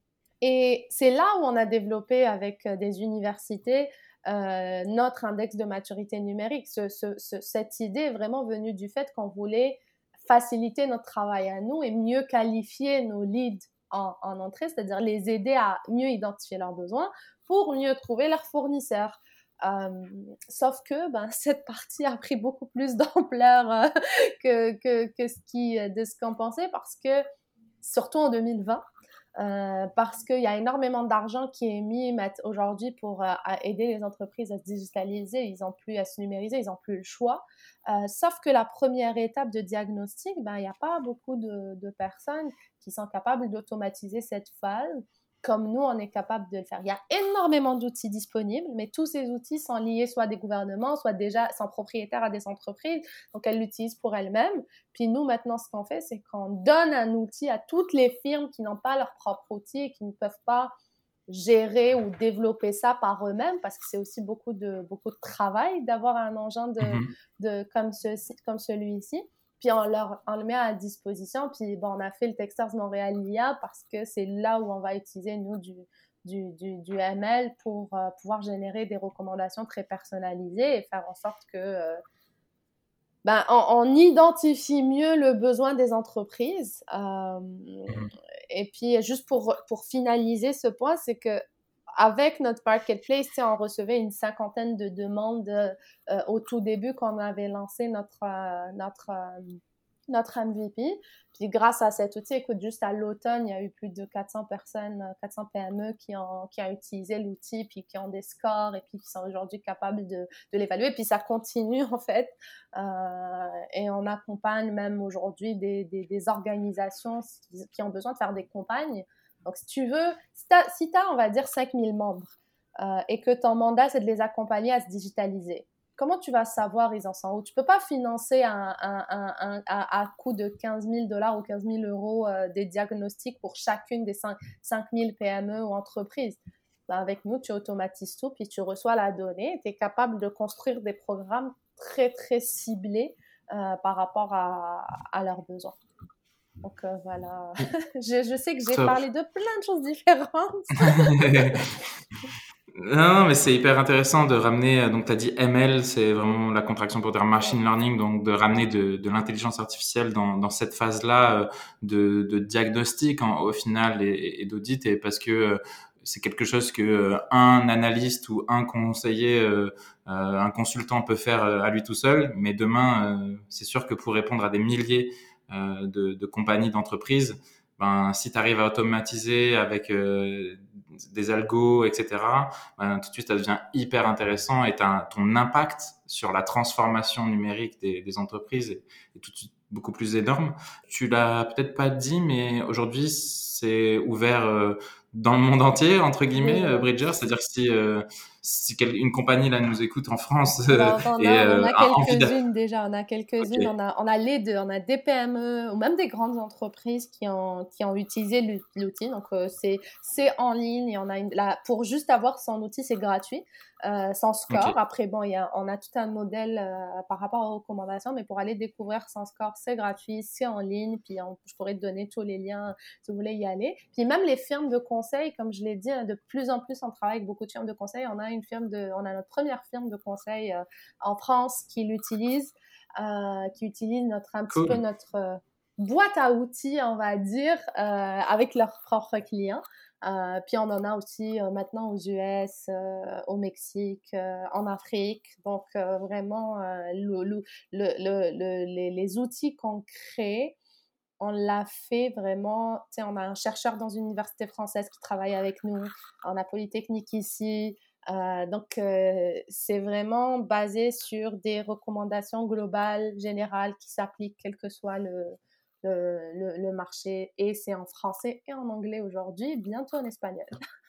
Et c'est là où on a développé avec des universités euh, notre index de maturité numérique. Ce, ce, ce, cette idée est vraiment venue du fait qu'on voulait faciliter notre travail à nous et mieux qualifier nos leads en, en entrée, c'est-à-dire les aider à mieux identifier leurs besoins pour mieux trouver leurs fournisseurs. Euh, sauf que ben, cette partie a pris beaucoup plus d'ampleur euh, que, que, que ce qui, de ce qu'on pensait parce que, surtout en deux mille vingt, euh, parce qu'il y a énormément d'argent qui est mis aujourd'hui pour euh, aider les entreprises à se digitaliser. Ils n'ont plus à se numériser, ils n'ont plus le choix. Euh, sauf que la première étape de diagnostic, ben, il n'y a pas beaucoup de, de personnes qui sont capables d'automatiser cette phase comme nous, on est capable de le faire. Il y a énormément d'outils disponibles, mais tous ces outils sont liés soit à des gouvernements, soit déjà sont propriétaires à des entreprises, donc elles l'utilisent pour elles-mêmes. Puis nous, maintenant, ce qu'on fait, c'est qu'on donne un outil à toutes les firmes qui n'ont pas leur propre outil et qui ne peuvent pas gérer ou développer ça par eux-mêmes, parce que c'est aussi beaucoup de, beaucoup de travail d'avoir un engin de, Mhm. de, comme, ce, comme celui-ci. Puis on, leur, on le met à disposition. Puis bon, on a fait le Techstars Montréal I A parce que c'est là où on va utiliser, nous, du, du, du, du M L pour euh, pouvoir générer des recommandations très personnalisées et faire en sorte que euh, ben, on, on identifie mieux le besoin des entreprises. Euh, Mhm. et puis, juste pour, pour finaliser ce point, c'est que avec notre marketplace, on recevait une cinquantaine de demandes euh, au tout début quand on avait lancé notre, euh, notre, euh, notre M V P. Puis grâce à cet outil, écoute, juste à l'automne, il y a eu plus de quatre cents personnes, quatre cents P M E qui ont, qui ont utilisé l'outil, puis qui ont des scores et puis qui sont aujourd'hui capables de, de l'évaluer. Puis ça continue en fait. Euh, et on accompagne même aujourd'hui des, des, des organisations qui, qui ont besoin de faire des campagnes. Donc, si tu veux, si tu as, si t'as, on va dire, cinq mille membres euh, et que ton mandat, c'est de les accompagner à se digitaliser, comment tu vas savoir ils en sont où? Tu ne peux pas financer un, un, un, un, à, à coût de quinze mille dollars ou quinze mille euros euh, des diagnostics pour chacune des cinq mille P M E ou entreprises. Ben, avec nous, tu automatises tout, puis tu reçois la donnée. Tu es capable de construire des programmes très, très ciblés euh, par rapport à, à leurs besoins. Donc euh, voilà, je, je sais que j'ai Top. parlé de plein de choses différentes. Non, non, mais c'est hyper intéressant de ramener, euh, donc tu as dit M L, c'est vraiment la contraction pour dire Ouais. machine learning, donc de ramener de, de l'intelligence artificielle dans, dans cette phase-là euh, de, de diagnostic en- au final et, et d'audit, et parce que euh, c'est quelque chose que euh, un analyste ou un conseiller, euh, euh, un consultant peut faire euh, à lui tout seul, mais demain, euh, c'est sûr que pour répondre à des milliers euh, de, de compagnies, d'entreprises, ben, si tu arrives à automatiser avec euh, des algos, et cetera, ben, tout de suite, ça devient hyper intéressant et t'as, ton impact sur la transformation numérique des, des entreprises est, est tout de suite beaucoup plus énorme. Tu l'as peut-être pas dit, mais aujourd'hui, c'est ouvert euh, dans le monde entier, entre Oui, guillemets, euh, oui. Bridger. C'est-à-dire que si, euh, si quel- une compagnie là nous écoute en France euh, Ben, on, et a, on euh, a a envie de... quelques-unes déjà, on a Ok, quelques-unes, on a, on a les deux, on a des P M E ou même des grandes entreprises qui ont, qui ont utilisé l'outil. Donc, euh, c'est, c'est en ligne et on a une, là, pour juste avoir son outil, c'est gratuit, euh, sans ok. score. Après, bon, il y a, on a tout un modèle euh, par rapport aux recommandations, mais pour aller découvrir sans score, c'est gratuit, c'est en ligne, puis on, je pourrais te donner tous les liens si vous voulez y aller. Puis même les firmes de conseil, comme je l'ai dit, de plus en plus, on travaille avec beaucoup de firmes de conseil. On a une firme de, on a notre première firme de conseil euh, en France qui l'utilise, euh, qui utilise notre, un petit peu Cool. notre euh, boîte à outils, on va dire, euh, avec leurs propres clients. Euh, puis on en a aussi euh, maintenant aux U S, euh, au Mexique, euh, en Afrique. Donc euh, vraiment, euh, le, le, le, le, les, les outils qu'on crée, on l'a fait vraiment, tu sais, on a un chercheur dans une université française qui travaille avec nous, on a Polytechnique ici, euh, donc euh, c'est vraiment basé sur des recommandations globales, générales, qui s'appliquent quel que soit le, le, le, le marché, et c'est en français et en anglais aujourd'hui, bientôt en espagnol.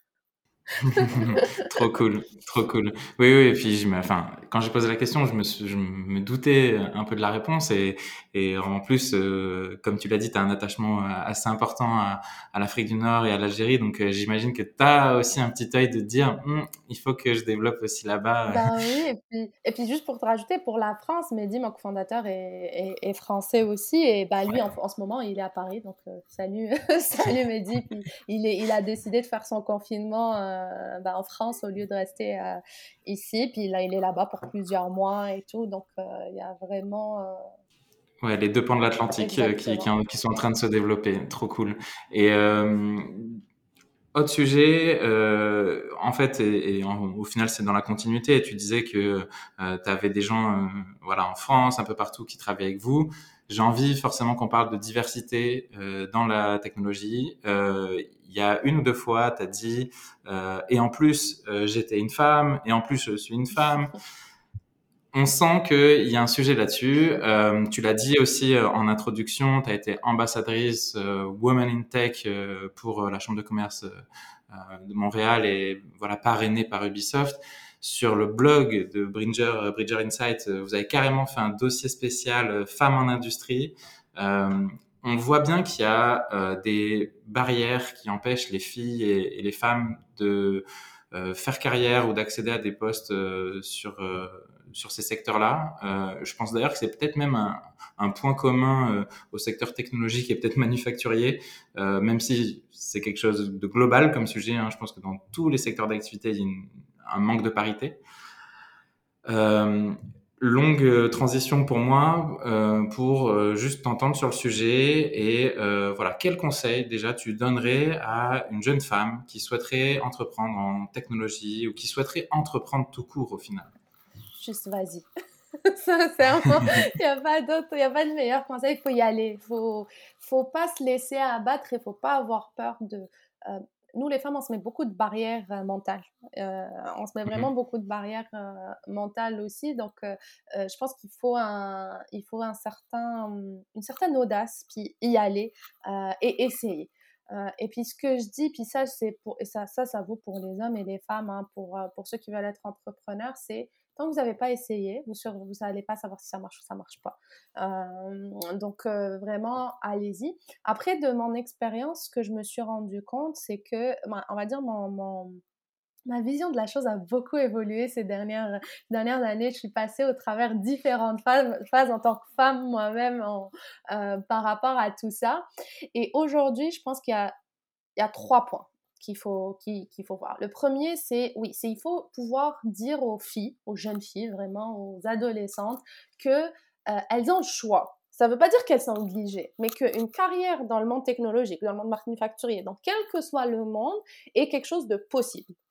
Trop cool, trop cool. Oui, oui, et puis je me, enfin, quand j'ai posé la question, je me, suis- je me doutais un peu de la réponse et, et en plus, euh, comme tu l'as dit, tu as un attachement euh, assez important à, à l'Afrique du Nord et à l'Algérie, donc euh, j'imagine que tu as aussi un petit œil de te dire, Hum, il faut que je développe aussi là-bas. Ben oui, et puis, et puis juste pour te rajouter, pour la France, Mehdi, mon cofondateur, est, est, est français aussi, et ben lui, en, en ce moment, il est à Paris, donc euh, salut, salut Mehdi, puis il, est, il a décidé de faire son confinement euh, ben, en France au lieu de rester euh, ici, puis là, il est là-bas pour plusieurs mois et tout, donc euh, il y a vraiment... euh, Ouais, les deux pans de l'Atlantique euh, qui, qui, exactement. en- qui sont en train de se développer. Trop cool. Et euh, autre sujet, euh, en fait, et, et en- au final, c'est dans la continuité. Tu disais que euh, tu avais des gens, euh, voilà, en France, un peu partout, qui travaillent avec vous. J'ai envie forcément qu'on parle de diversité euh, dans la technologie. Euh, Il y a une ou deux fois, tu as dit, euh, et en plus, euh, j'étais une femme, et en plus, je suis une femme. On sent qu'il y a un sujet là-dessus. Euh, tu l'as dit aussi euh, en introduction, tu as été ambassadrice euh, Women in Tech euh, pour euh, la Chambre de commerce euh, euh, de Montréal et voilà, parrainée par Ubisoft. Sur le blog de Bridger, euh, Bridger Insight, euh, vous avez carrément fait un dossier spécial euh, femmes en industrie. Euh, on voit bien qu'il y a euh, des barrières qui empêchent les filles et, et les femmes de euh, faire carrière ou d'accéder à des postes euh, sur euh, sur ces secteurs-là. Euh, je pense d'ailleurs que c'est peut-être même un, un point commun euh, au secteur technologique et peut-être manufacturier, euh, même si c'est quelque chose de global comme sujet. Hein, je pense que dans tous les secteurs d'activité, il y a une, un manque de parité. Euh, longue transition pour moi euh, pour euh, juste t'entendre sur le sujet et euh, voilà, quel conseil déjà tu donnerais à une jeune femme qui souhaiterait entreprendre en technologie ou qui souhaiterait entreprendre tout court au final? Juste vas-y. Sincèrement, il n'y a pas d'autre, il n'y a pas de meilleur conseil, il faut y aller. Il faut, faut pas se laisser abattre, il faut pas avoir peur de... euh, nous, les femmes, on se met beaucoup de barrières euh, mentales. Euh, on se met vraiment Mhm. beaucoup de barrières euh, mentales aussi. Donc, euh, euh, je pense qu'il faut, un, il faut un certain, une certaine audace, puis y aller euh, et essayer. Euh, et puis ce que je dis, puis ça, c'est pour, et ça, ça, ça vaut pour les hommes et les femmes, hein, pour, euh, pour ceux qui veulent être entrepreneurs, c'est tant que vous n'avez pas essayé, vous n'allez pas savoir si ça marche ou ça marche pas. Euh, donc euh, vraiment, allez-y. Après, de mon expérience, ce que je me suis rendu compte, c'est que, on va dire, mon, mon, ma vision de la chose a beaucoup évolué ces dernières, dernières années. Je suis passée au travers différentes phases, phases en tant que femme moi-même en, euh, par rapport à tout ça. Et aujourd'hui, je pense qu'il y a, il y a trois points qu'il faut, qu'il, qu'il faut voir. Le premier, c'est, oui, c'est il faut pouvoir dire aux filles, aux jeunes filles, vraiment, aux adolescentes, que euh, elles ont le choix. Ça ne veut pas dire qu'elles sont obligées, mais qu'une carrière dans le monde technologique, dans le monde manufacturier, dans quel que soit le monde, est quelque chose de possible.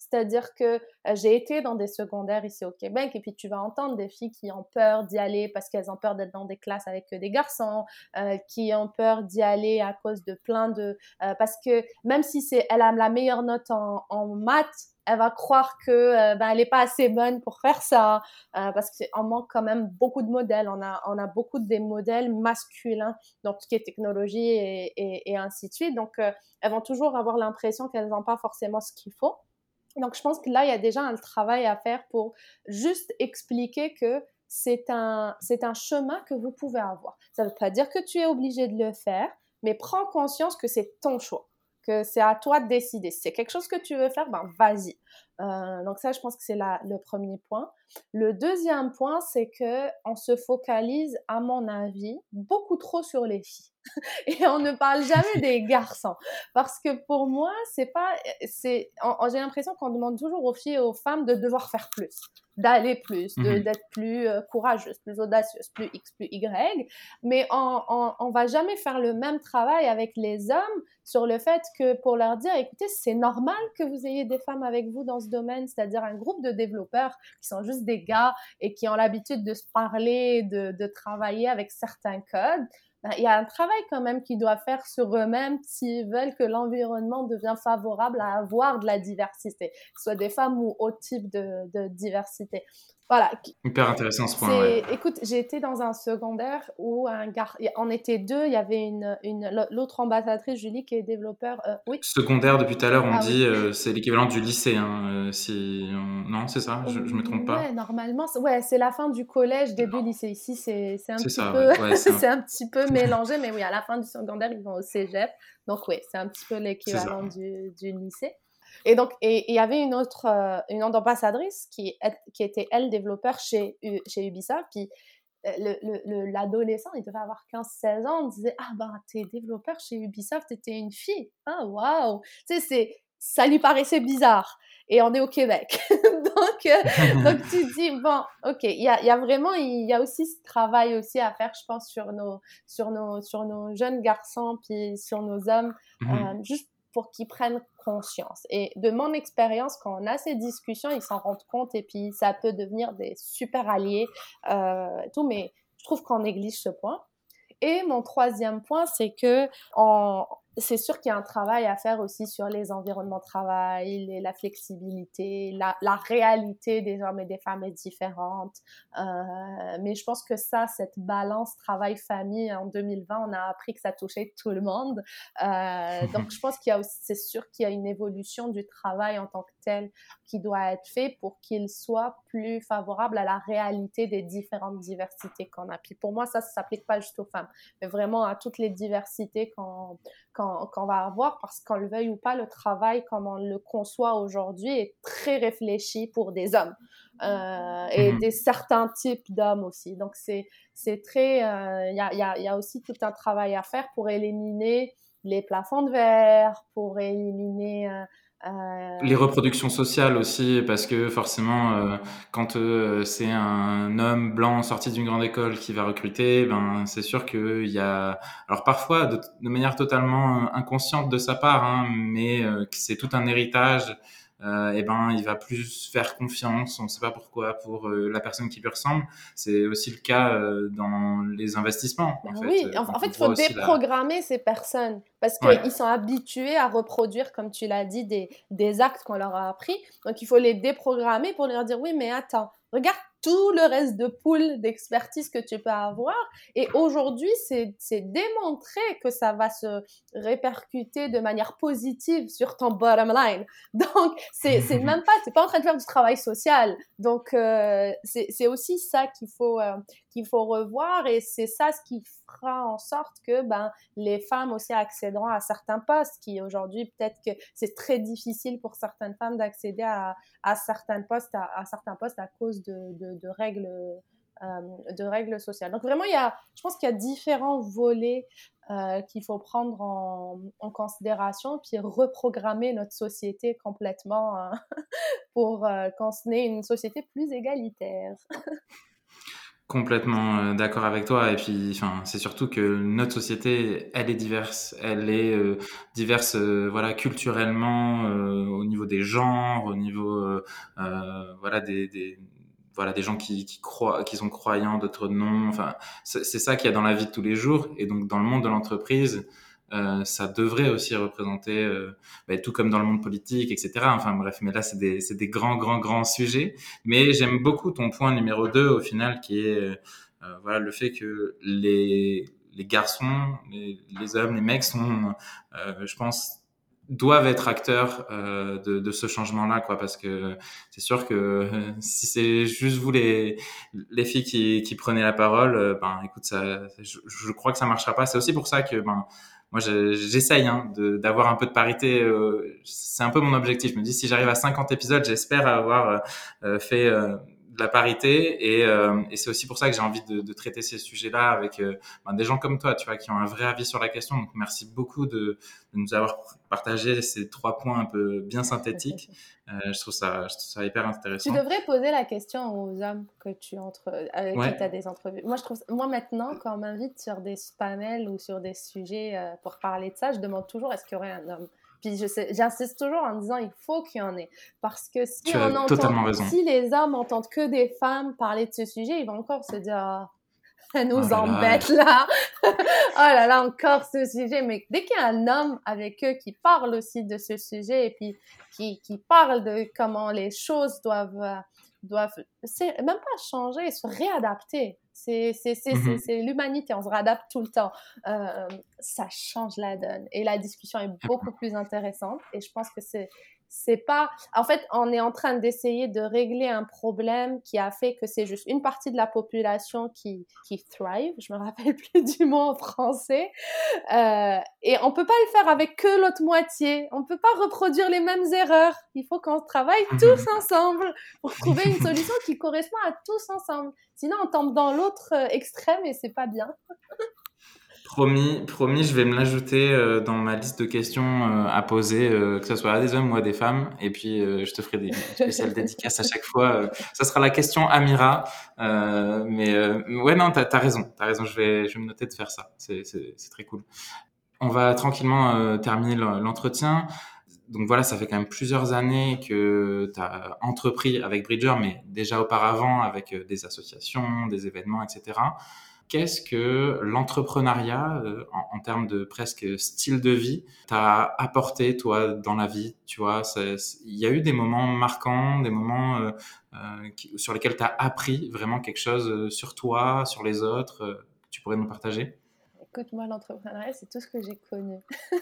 C'est-à-dire que euh, j'ai été dans des secondaires ici au Québec et puis tu vas entendre des filles qui ont peur d'y aller parce qu'elles ont peur d'être dans des classes avec des garçons, euh, qui ont peur d'y aller à cause de plein de... euh, parce que même si c'est, elle a la meilleure note en, en maths, elle va croire que euh, ben, elle est pas assez bonne pour faire ça, euh, parce qu'on manque quand même beaucoup de modèles. On a, on a beaucoup des modèles masculins dans tout ce qui est technologie et, et, et ainsi de suite. Donc, euh, elles vont toujours avoir l'impression qu'elles n'ont pas forcément ce qu'il faut. Donc, je pense que là, il y a déjà un travail à faire pour juste expliquer que c'est un, c'est un chemin que vous pouvez avoir. Ça ne veut pas dire que tu es obligé de le faire, mais prends conscience que c'est ton choix, que c'est à toi de décider. Si c'est quelque chose que tu veux faire, ben vas-y. Euh, donc ça, je pense que c'est la, le premier point. Le deuxième point, c'est que on se focalise, à mon avis, beaucoup trop sur les filles et on ne parle jamais des garçons parce que pour moi, c'est pas, c'est, en- en- j'ai l'impression qu'on demande toujours aux filles et aux femmes de devoir faire plus, d'aller plus, de, Mhm. d'être plus euh, courageuses, plus audacieuses, plus X, plus Y, mais on, on, on va jamais faire le même travail avec les hommes sur le fait que pour leur dire, écoutez, c'est normal que vous ayez des femmes avec vous dans ce domaine, c'est-à-dire un groupe de développeurs qui sont juste des gars et qui ont l'habitude de se parler, de, de travailler avec certains codes. Ben, il y a un travail quand même qu'ils doivent faire sur eux-mêmes s'ils veulent que l'environnement devienne favorable à avoir de la diversité, que ce soit des femmes ou autre type de, de diversité. Voilà, Hyper intéressant ce point, ouais. c'est, écoute, j'ai été dans un secondaire où un gar... on était deux, il y avait une, une, l'autre ambassadrice, Julie, qui est développeur. Euh, oui. Secondaire, depuis tout à l'heure, on Ah oui. dit euh, c'est l'équivalent du lycée. Hein, euh, si on... Non, c'est ça, je, je me trompe pas. Ouais, normalement, c'est- ouais, c'est la fin du collège, début lycée. Ici, c'est, c'est un C'est petit ça, peu, ouais. Ouais, c'est un... c'est un petit peu mélangé, mais oui, à la fin du secondaire, ils vont au cégep. Donc oui, c'est un petit peu c'est ça. l'équivalent du, du lycée. Et donc, et il y avait une autre, euh, une autre ambassadrice qui, est- qui était, elle, développeur chez, U- chez Ubisoft. Puis euh, le, le- le- l'adolescent, il devait avoir quinze seize ans, on disait, ah ben, t'es développeur chez Ubisoft et t'es une fille. Ah, waouh! Tu sais, c'est, ça lui paraissait bizarre. Et on est au Québec. donc, euh, donc, tu te dis, bon, ok, il y a, il y a vraiment, il y a aussi ce travail aussi à faire, je pense, sur nos, sur nos, sur nos jeunes garçons, puis sur nos hommes, euh, Mhm. juste pour qu'ils prennent conscience. Et de mon expérience, quand on a ces discussions, ils s'en rendent compte et puis ça peut devenir des super alliés, euh, tout, mais je trouve qu'on néglige ce point. Et mon troisième point, c'est que on, c'est sûr qu'il y a un travail à faire aussi sur les environnements de travail, les, la flexibilité, la, la réalité des hommes et des femmes est différente. Euh, mais je pense que ça, cette balance travail-famille en deux mille vingt, on a appris que ça touchait tout le monde. Euh, donc, je pense qu'il y a aussi, c'est sûr qu'il y a une évolution du travail en tant que tel qui doit être fait pour qu'il soit plus favorable à la réalité des différentes diversités qu'on a. Puis pour moi, ça, ça s'applique pas juste aux femmes, mais vraiment à toutes les diversités qu'on, qu'on, qu'on va avoir, parce qu'on le veuille ou pas, le travail comme on le conçoit aujourd'hui est très réfléchi pour des hommes euh, et Mhm. des certains types d'hommes aussi. Donc c'est, c'est très, il euh, y, a, y, a, y a aussi tout un travail à faire pour éliminer les plafonds de verre, pour éliminer euh, Les euh, reproductions sociales aussi, parce que forcément, euh, quand euh, c'est un homme blanc sorti d'une grande école qui va recruter, ben c'est sûr qu'il y a, alors parfois de, de manière totalement inconsciente de sa part, hein, mais euh, que c'est tout un héritage. Euh, et ben il va plus faire confiance, on ne sait pas pourquoi, pour euh, la personne qui lui ressemble. C'est aussi le cas euh, dans les investissements, Ben en fait, oui, euh, en, quand en fait, on il faut voit aussi la. déprogrammer ces personnes parce Ouais. qu'ils sont habitués à reproduire, comme tu l'as dit, des, des actes qu'on leur a appris. Donc, il faut les déprogrammer pour leur dire, oui, mais attends, regarde tout le reste de pool d'expertise que tu peux avoir. Et aujourd'hui, c'est, c'est démontré que ça va se répercuter de manière positive sur ton bottom line. Donc, c'est, c'est même pas, t'es pas en train de faire du travail social. Donc, euh, c'est, c'est aussi ça qu'il faut, euh, qu'il faut revoir et c'est ça ce qui fera en sorte que ben, les femmes aussi accéderont à certains postes qui aujourd'hui peut-être que c'est très difficile pour certaines femmes d'accéder à, à certains postes à, à certains postes à cause de, de, de règles euh, de règles sociales. Donc vraiment il y a, je pense qu'il y a différents volets euh, qu'il faut prendre en, en considération puis reprogrammer notre société complètement hein, pour euh, qu'on ait une société plus égalitaire. Complètement euh, d'accord avec toi et puis enfin c'est surtout que notre société elle est diverse elle est euh, diverse euh, voilà culturellement euh, au niveau niveau des genres, au niveau euh, euh, voilà des, des voilà des gens qui qui croient, qui sont croyants, d'autres non. Enfin, c'est, c'est ça qu'il y a dans la vie de tous les jours. Et donc dans le monde de l'entreprise, euh, ça devrait aussi représenter, euh, bah, tout comme dans le monde politique, et cetera. Enfin bref, mais là c'est des c'est des grands grands grands sujets. Mais j'aime beaucoup ton point numéro deux au final, qui est euh, voilà le fait que les les garçons, les, les hommes, les mecs sont, euh, je pense, doivent être acteurs euh, de, de ce changement-là, quoi, parce que c'est sûr que euh, si c'est juste vous les les filles qui, qui prenez la parole, euh, ben écoute, ça, je, je crois que ça marchera pas. C'est aussi pour ça que ben moi je- j'essaye hein, de d'avoir un peu de parité. Euh, c'est un peu mon objectif. Je me dis si j'arrive à cinquante épisodes, j'espère avoir euh, fait euh, de la parité et, euh, et c'est aussi pour ça que j'ai envie de, de traiter ces sujets-là avec euh, ben, des gens comme toi, tu vois, qui ont un vrai avis sur la question. Donc merci beaucoup de, de nous avoir partagé ces trois points un peu bien synthétiques. Euh, je trouve ça, je trouve ça hyper Tu intéressant. devrais poser la question aux hommes que tu entre, avec qui Ouais, tu as des entrevues. Moi, je trouve, moi maintenant, quand on m'invite sur des panels ou sur des sujets euh, pour parler de ça, je demande toujours est-ce qu'il y aurait un homme. Puis je sais, j'insiste toujours en disant il faut qu'il y en ait. Parce que si tu as on entend, totalement raison. si les hommes entendent que des femmes parler de ce sujet, ils vont encore se dire ah, elle Oh nous là là. embête là. Oh là là, encore ce sujet. Mais dès qu'il y a un homme avec eux qui parle aussi de ce sujet et puis qui, qui parle de comment les choses doivent, euh, doivent c'est même pas changer, se réadapter. C'est, c'est, c'est, c'est, Mhm. c'est l'humanité, on se réadapte tout le temps. Euh, ça change la donne et la discussion est beaucoup plus intéressante et je pense que c'est, c'est pas... En fait, on est en train d'essayer de régler un problème qui a fait que c'est juste une partie de la population qui, qui thrive. Je me rappelle plus du mot en français. Euh, et on peut pas le faire avec que l'autre moitié. On peut pas reproduire les mêmes erreurs. Il faut qu'on travaille tous ensemble pour trouver une solution qui correspond à tous ensemble. Sinon, on tombe dans l'autre extrême et c'est pas bien. Promis, promis, je vais me l'ajouter euh, dans ma liste de questions euh, à poser, euh, que ce soit à des hommes ou à des femmes. Et puis, euh, je te ferai des, une spéciale dédicace à chaque fois. Euh, ça sera la question Amira. Euh, mais euh, ouais, non, t'as, t'as raison. T'as raison. Je vais, je vais me noter de faire ça. C'est, c'est, c'est très cool. On va tranquillement euh, terminer l'entretien. Donc voilà, ça fait quand même plusieurs années que tu as entrepris avec Bridger, mais déjà auparavant avec euh, des associations, des événements, et cetera. Qu'est-ce que l'entrepreneuriat, euh, en, en termes de presque style de vie, t'a apporté, toi, dans la vie? Tu vois, c'est- c'est- il y a eu des moments marquants, des moments euh, euh, qui- sur lesquels tu as appris vraiment quelque chose euh, sur toi, sur les autres, euh, que tu pourrais nous partager? Écoute, moi, l'entrepreneuriat, c'est tout ce que j'ai connu.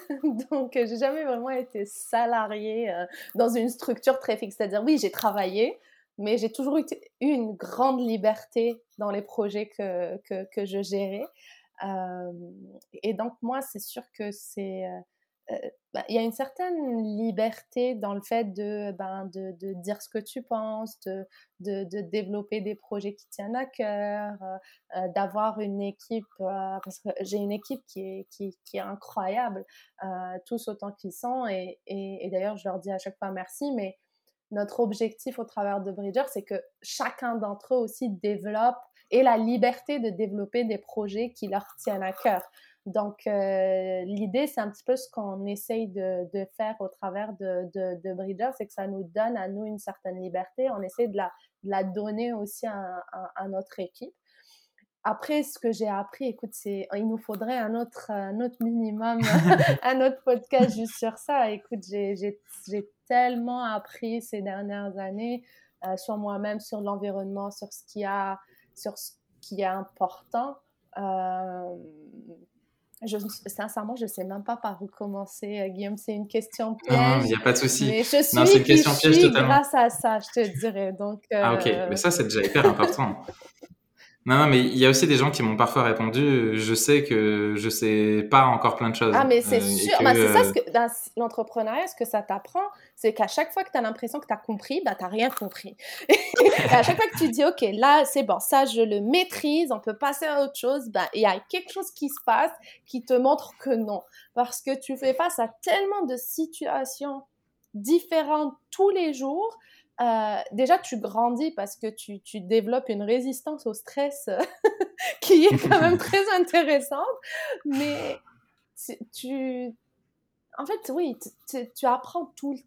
Donc, euh, j'ai jamais vraiment été salariée euh, dans une structure très fixe. C'est-à-dire, oui, j'ai travaillé, mais j'ai toujours eu eu une grande liberté dans les projets que, que, que je gérais. Euh, et donc, moi, c'est sûr que c'est... euh, euh, bah, il y a une certaine liberté dans le fait de, ben, de, de dire ce que tu penses, de, de, de développer des projets qui tiennent à cœur, euh, euh, d'avoir une équipe, euh, parce que j'ai une équipe qui est, qui, qui est incroyable, euh, tous autant qu'ils sont, et, et, et d'ailleurs je leur dis à chaque fois merci, mais notre objectif au travers de Bridger, c'est que chacun d'entre eux aussi développe et la liberté de développer des projets qui leur tiennent à cœur. Donc, euh, l'idée, c'est un petit peu ce qu'on essaye de, de faire au travers de, de, de Bridger, c'est que ça nous donne à nous une certaine liberté. On essaie de la, de la donner aussi à, à, à notre équipe. Après, ce que j'ai appris, écoute, c'est, il nous faudrait un autre, un autre minimum, un autre podcast juste sur ça. Écoute, j'ai, j'ai, j'ai tellement appris ces dernières années euh, sur moi-même, sur l'environnement, sur ce qui a, sur ce qui est important. Euh, je, sincèrement, je ne sais même pas par où commencer, Guillaume. C'est une question Non, il piège, n'y a pas de souci. mais je Non, c'est suis une qui je question piège suis totalement. grâce à ça, je te dirais. Donc, Ah ok, mais euh... ça c'est déjà hyper important. Non, non, mais il y a aussi des gens qui m'ont parfois répondu, je sais que je sais pas encore plein de Ah, mais mais c'est euh, et sûr. que Bah, c'est ça, ce euh, que, dans l'entrepreneuriat, ce que ça t'apprend, c'est qu'à chaque fois que tu as l'impression que tu as compris, bah, tu n'as rien compris. Et à chaque fois que tu dis, OK, là, c'est bon, ça, je le maîtrise, on peut passer à autre chose, bah, il y a quelque chose qui se passe qui te montre que non. Parce que tu fais face à tellement de situations différentes tous les jours. Euh, déjà, tu grandis parce que tu, tu développes une résistance au stress qui est quand même très intéressante. Mais tu, tu... En fait, oui, tu, tu apprends tout le temps.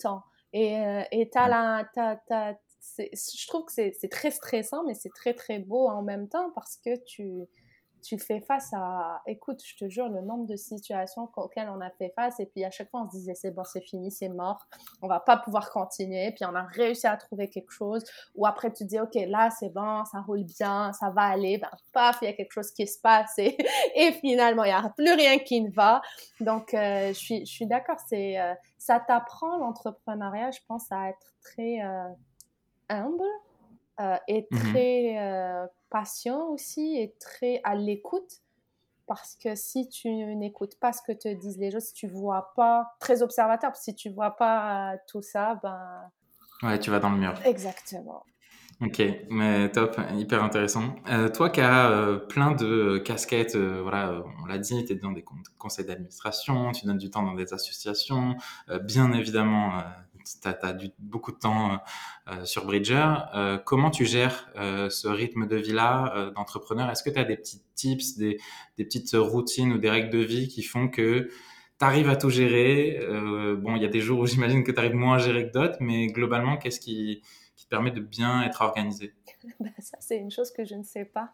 Et, euh, et t'as la, t'as, t'as, c'est, je trouve que c'est, c'est très stressant, mais c'est très très beau en même temps parce que tu, tu fais face à, écoute, je te jure, le nombre de situations auxquelles on a fait face, et puis à chaque fois on se disait c'est bon, c'est fini, c'est mort, on va pas pouvoir continuer, puis on a réussi à trouver quelque chose, ou après tu te dis ok, là c'est bon, ça roule bien, ça va aller, ben paf, il y a quelque chose qui se passe, et, et finalement il y a plus rien qui ne va. Donc euh, je suis, je suis d'accord, c'est, euh, ça t'apprend l'entrepreneuriat, je pense, à être très euh, humble, euh, et Mhm. très euh, patient aussi et très à l'écoute. Parce que si tu n'écoutes pas ce que te disent les gens, si tu vois pas, très observateur, si tu vois pas euh, tout ça, ben Ouais, tu vas dans le mur. exactement. Ok, mais top, hyper intéressant. Euh, toi qui as euh, plein de casquettes, euh, voilà, euh, on l'a dit, tu es dans des con- conseils d'administration, tu donnes du temps dans des associations, euh, bien évidemment, tu as, du, beaucoup de temps euh, sur Bridger. Euh, comment tu gères euh, ce rythme de vie-là euh, d'entrepreneur? Est-ce que tu as des petits tips, des, des petites routines ou des règles de vie qui font que tu arrives à tout gérer? Euh, bon, il y a des jours où j'imagine que tu arrives moins à gérer que d'autres, mais globalement, qu'est-ce qui qui te permet de bien être organisé. Ben, ça, c'est une chose que je ne sais pas,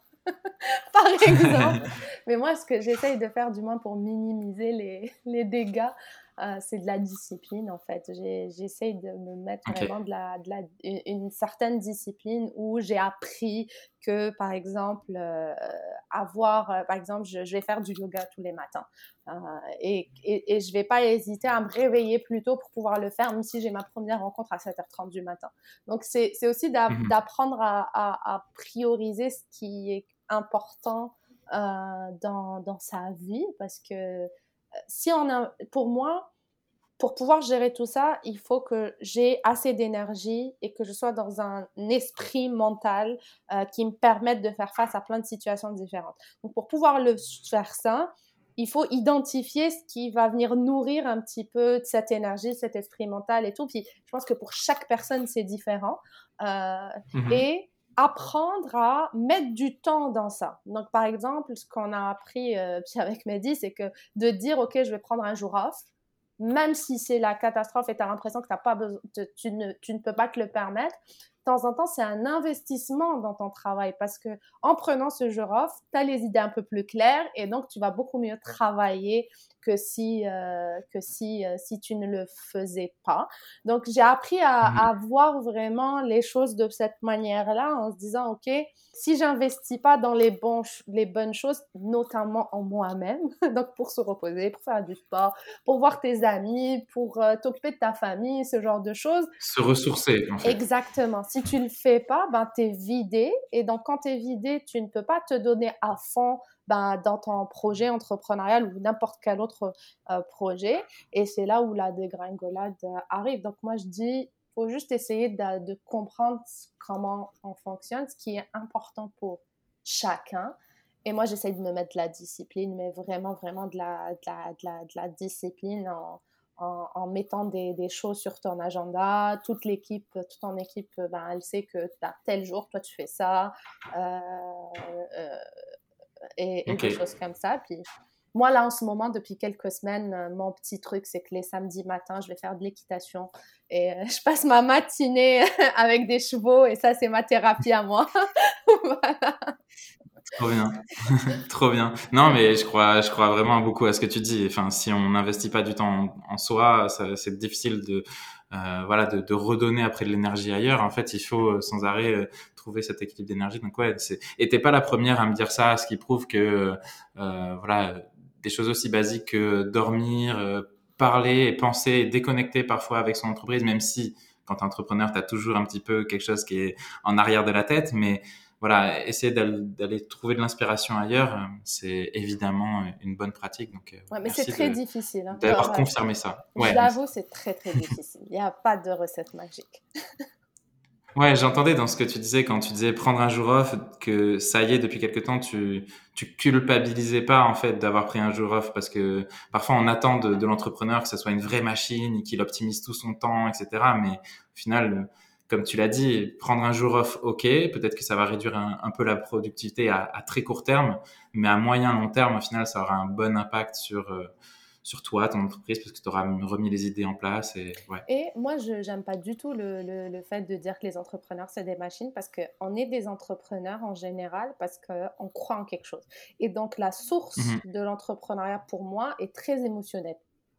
par exemple. Mais moi, ce que j'essaye de faire, du moins pour minimiser les, les dégâts, euh, c'est de la discipline, en fait. J'ai, j'essaye de me mettre Ok. vraiment de la, de la, une, une certaine discipline où j'ai appris que, par exemple, euh, avoir, euh, par exemple, je, je vais faire du yoga tous les matins. Euh, et, et, et je ne vais pas hésiter à me réveiller plus tôt pour pouvoir le faire, même si j'ai ma première rencontre à sept heures trente du matin. Donc, c'est, c'est aussi d'a, Mhm. d'apprendre à, à, à prioriser ce qui est important euh, dans, dans sa vie, parce que euh, si on a, pour moi, pour pouvoir gérer tout ça, il faut que j'ai assez d'énergie et que je sois dans un esprit mental euh, qui me permette de faire face à plein de situations différentes. Donc, pour pouvoir le faire ça, il faut identifier ce qui va venir nourrir un petit peu de cette énergie, cet esprit mental et tout. Puis, je pense que pour chaque personne, c'est différent. Euh, Mhm. et apprendre à mettre du temps dans ça. Donc, par exemple, ce qu'on a appris euh, puis avec Mehdi, c'est que de dire, OK, je vais prendre un jour off, même si c'est la catastrophe et tu as l'impression que t'as pas besoin, tu, ne, tu ne peux pas te le permettre, de temps en temps, c'est un investissement dans ton travail parce que en prenant ce jour off, tu as les idées un peu plus claires et donc tu vas beaucoup mieux travailler que si, euh, que si, euh, si tu ne le faisais pas. Donc, j'ai appris à, Mhm. à voir vraiment les choses de cette manière-là en se disant, OK, si j'investis pas dans les, bons, les bonnes choses, notamment en moi-même, donc pour se reposer, pour faire du sport, pour voir tes amis, pour euh, t'occuper de ta famille, ce genre de choses. Se ressourcer, en fait. Exactement. Si tu le fais pas, ben t'es vidé. Et donc quand t'es vidé, tu ne peux pas te donner à fond ben, dans ton projet entrepreneurial ou n'importe quel autre euh, projet. Et c'est là où la dégringolade euh, arrive. Donc moi je dis, faut juste essayer de, de comprendre comment on fonctionne, ce qui est important pour chacun. Et moi, j'essaye de me mettre de la discipline, mais vraiment, vraiment de la, de la, de la, de la discipline en, en, en mettant des, des choses sur ton agenda. Toute l'équipe, toute ton équipe, ben, elle sait que as tel jour, toi, tu fais ça. Euh, euh, et, et Ok. des choses comme ça. Puis moi, là, en ce moment, depuis quelques semaines, euh, mon petit truc, c'est que les samedis matins, je vais faire de l'équitation. Et euh, je passe ma matinée avec des chevaux et ça, c'est ma thérapie à moi. Voilà. Trop bien. Trop bien. Non, mais je crois, je crois vraiment beaucoup à ce que tu dis. Enfin, si on n'investit pas du temps en, en soi, ça, c'est difficile de, euh, voilà, de, de redonner après de l'énergie ailleurs. En fait, il faut euh, sans arrêt euh, trouver cet équilibre d'énergie. Donc ouais, c'est. Et t'es pas la première à me dire ça, ce qui prouve que, euh, voilà, des choses aussi basiques que dormir, euh, parler et penser et déconnecter parfois avec son entreprise, même si quand t'es entrepreneur, t'as toujours un petit peu quelque chose qui est en arrière de la tête, mais voilà, essayer d'aller, d'aller trouver de l'inspiration ailleurs, euh, c'est évidemment une bonne pratique. Donc, euh, Ouais, mais c'est merci très de, difficile, hein. d'avoir Genre, euh, confirmé ça. je Ouais, mais l'avoue, c'est très, très difficile. Il n'y a pas de recette magique. ouais, j'entendais dans ce que tu disais quand tu disais prendre un jour off que ça y est, depuis quelque temps, tu, tu culpabilisais pas, en fait, d'avoir pris un jour off parce que parfois on attend de, de l'entrepreneur que ce soit une vraie machine et qu'il optimise tout son temps, et cetera. Mais au final, comme tu l'as dit, prendre un jour off, ok, peut-être que ça va réduire un, un peu la productivité à, à très court terme, mais à moyen long terme, au final, ça aura un bon impact sur, euh, sur toi, ton entreprise, parce que tu auras remis les idées en place. Et, ouais. Et moi, je n'aime pas du tout le, le, le fait de dire que les entrepreneurs, c'est des machines, parce qu'on est des entrepreneurs en général parce qu'on croit en quelque chose. Et donc, la source mm-hmm. de l'entrepreneuriat, pour moi, est très émotionnelle.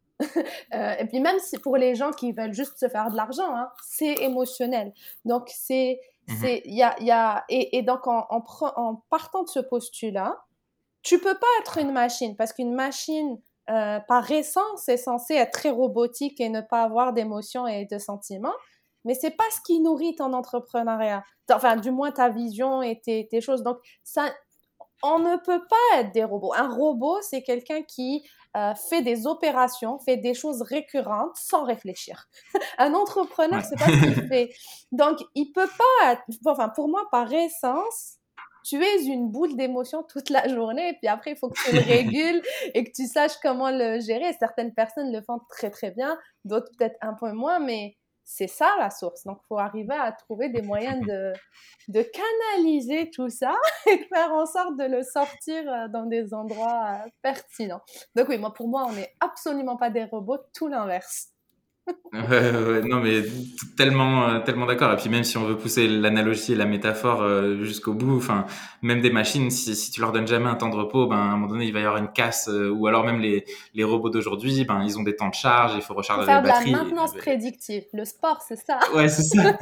euh, et puis même si pour les gens qui veulent juste se faire de l'argent, hein, c'est émotionnel. Donc, c'est... c'est y a, y a, et, et donc, en, en, en partant de ce postulat, tu peux pas être une machine, parce qu'une machine... Euh, par essence, est censé être très robotique et ne pas avoir d'émotions et de sentiments, mais c'est pas ce qui nourrit ton entrepreneuriat. Enfin, du moins ta vision et tes, tes choses. Donc, ça, on ne peut pas être des robots. Un robot, c'est quelqu'un qui euh, fait des opérations, fait des choses récurrentes sans réfléchir. Un entrepreneur, ouais. c'est pas ce qu'il fait. Donc, il peut pas être... Enfin, pour moi, par essence... tu es une boule d'émotions toute la journée, et puis après, il faut que tu le régules et que tu saches comment le gérer. Certaines personnes le font très, très bien, d'autres peut-être un peu moins, mais c'est ça la source. Donc, il faut arriver à trouver des moyens de, de canaliser tout ça et de faire en sorte de le sortir dans des endroits pertinents. Donc oui, moi, pour moi, on n'est absolument pas des robots, tout l'inverse. Ouais, ouais, non mais tellement euh, tellement d'accord. Et puis même si on veut pousser l'analogie et la métaphore euh, jusqu'au bout, enfin même des machines, si si tu leur donnes jamais un temps de repos, ben à un moment donné il va y avoir une casse, euh, ou alors même les les robots d'aujourd'hui, ben ils ont des temps de charge, il faut recharger les batteries. Faut faire de la maintenance et, prédictive. Le sport, c'est ça. Ouais, c'est ça.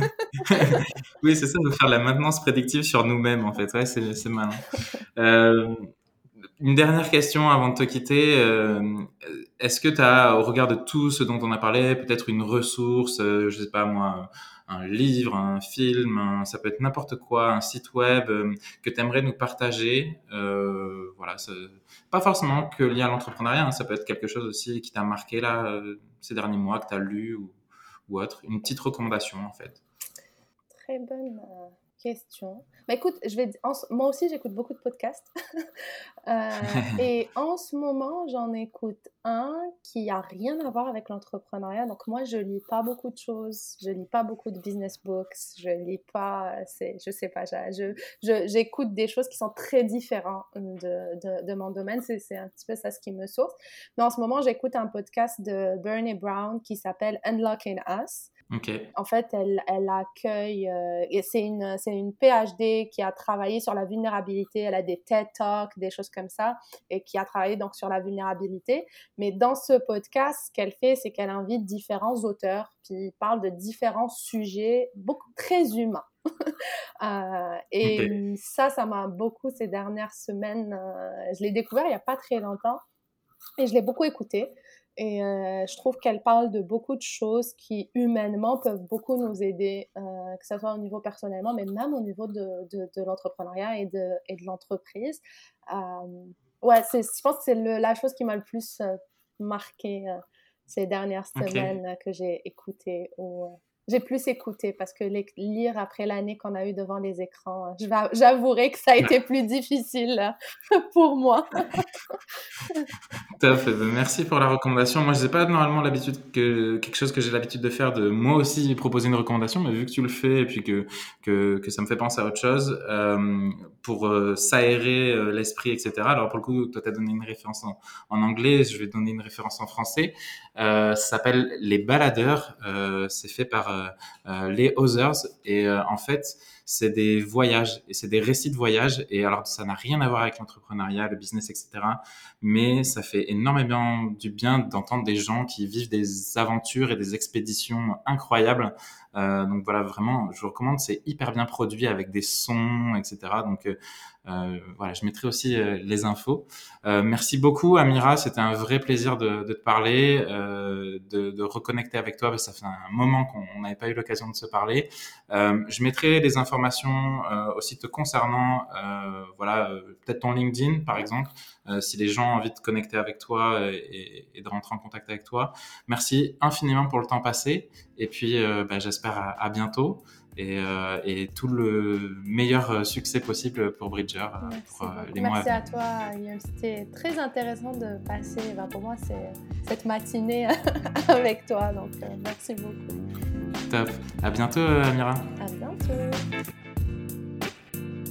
Oui, c'est ça, il faut faire de la maintenance prédictive sur nous-mêmes en fait. Ouais, c'est c'est malin. Euh, Une dernière question avant de te quitter. Euh, est-ce que tu as, au regard de tout ce dont on a parlé, peut-être une ressource, euh, je sais pas moi, un livre, un film, un, ça peut être n'importe quoi, un site web euh, que tu aimerais nous partager, euh, voilà, c'est pas forcément que lié à l'entrepreneuriat, hein, ça peut être quelque chose aussi qui t'a marqué là euh, ces derniers mois, que tu as lu ou, ou autre, une petite recommandation en fait. Très bonne euh, question. Bah, écoute, je vais, en, moi aussi j'écoute beaucoup de podcasts euh, et en ce moment j'en écoute un qui a rien à voir avec l'entrepreneuriat. Donc moi je lis pas beaucoup de choses, je lis pas beaucoup de business books, je lis pas, c'est, je sais pas, je, je, j'écoute des choses qui sont très différentes de, de, de mon domaine. C'est, c'est un petit peu ça ce qui me source. Mais en ce moment j'écoute un podcast de Brené Brown qui s'appelle Unlocking Us. Okay. En fait, elle, elle accueille, euh, et c'est une, c'est une P H D qui a travaillé sur la vulnérabilité, elle a des TED Talks, des choses comme ça, et qui a travaillé donc sur la vulnérabilité. Mais dans ce podcast, ce qu'elle fait, c'est qu'elle invite différents auteurs qui parlent de différents sujets beaucoup très humains. euh, et okay. ça, ça m'a beaucoup ces dernières semaines. Euh, je l'ai découvert il n'y a pas très longtemps et je l'ai beaucoup écouté. Et euh, je trouve qu'elle parle de beaucoup de choses qui, humainement, peuvent beaucoup nous aider, euh, que ce soit au niveau personnellement, mais même au niveau de, de, de l'entrepreneuriat et de, et de l'entreprise. Euh, ouais, c'est, je pense que c'est le, la chose qui m'a le plus euh, marqué euh, ces dernières semaines okay. euh, que j'ai écoutées ou... Euh, j'ai plus écouté parce que les, lire après l'année qu'on a eu devant les écrans, je vais, j'avouerai que ça a été plus difficile pour moi. Top. Merci pour la recommandation. Moi, je n'ai pas normalement l'habitude que quelque chose que j'ai l'habitude de faire, de moi aussi proposer une recommandation, mais vu que tu le fais et puis que que, que ça me fait penser à autre chose, euh, pour euh, s'aérer euh, l'esprit, et cetera. Alors pour le coup, toi, tu as donné une référence en, en anglais, je vais donner une référence en français. Euh, ça s'appelle Les Baladeurs. Euh, c'est fait par euh, euh, les Others et euh, en fait, c'est des voyages et c'est des récits de voyages. Et alors, ça n'a rien à voir avec l'entrepreneuriat, le business, et cetera. Mais ça fait énormément du bien d'entendre des gens qui vivent des aventures et des expéditions incroyables. Euh, donc voilà, vraiment, je vous recommande. C'est hyper bien produit avec des sons, et cetera. Donc euh, voilà, je mettrai aussi euh, les infos. Euh, merci beaucoup, Amira. C'était un vrai plaisir de, de te parler, euh, de, de reconnecter avec toi, parce que ça fait un moment qu'on n'avait pas eu l'occasion de se parler. Euh, je mettrai les informations euh, aussi te concernant, euh, voilà, euh, peut-être ton LinkedIn, par exemple, euh, si les gens ont envie de connecter avec toi et, et de rentrer en contact avec toi. Merci infiniment pour le temps passé. Et puis, euh, bah, j'espère à, à bientôt. Et, euh, et tout le meilleur succès possible pour Bridger euh, pour euh, les mois à venir. Merci à toi, Guillaume. C'était très intéressant de passer, ben pour moi, c'est cette matinée avec toi. Donc, euh, merci beaucoup. Top. À bientôt, Amira. À bientôt.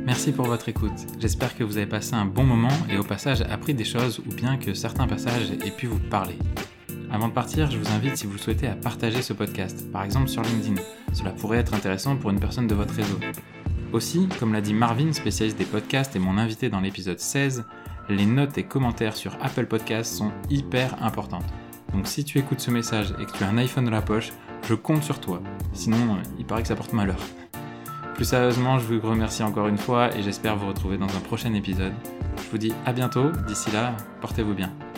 Merci pour votre écoute. J'espère que vous avez passé un bon moment et au passage appris des choses ou bien que certains passages aient pu vous parler. Avant de partir, je vous invite, si vous le souhaitez, à partager ce podcast, par exemple sur LinkedIn. Cela pourrait être intéressant pour une personne de votre réseau. Aussi, comme l'a dit Marvin, spécialiste des podcasts et mon invité dans l'épisode seize, les notes et commentaires sur Apple Podcasts sont hyper importantes. Donc si tu écoutes ce message et que tu as un iPhone dans la poche, je compte sur toi. Sinon, il paraît que ça porte malheur. Plus sérieusement, je vous remercie encore une fois et j'espère vous retrouver dans un prochain épisode. Je vous dis à bientôt, d'ici là, portez-vous bien.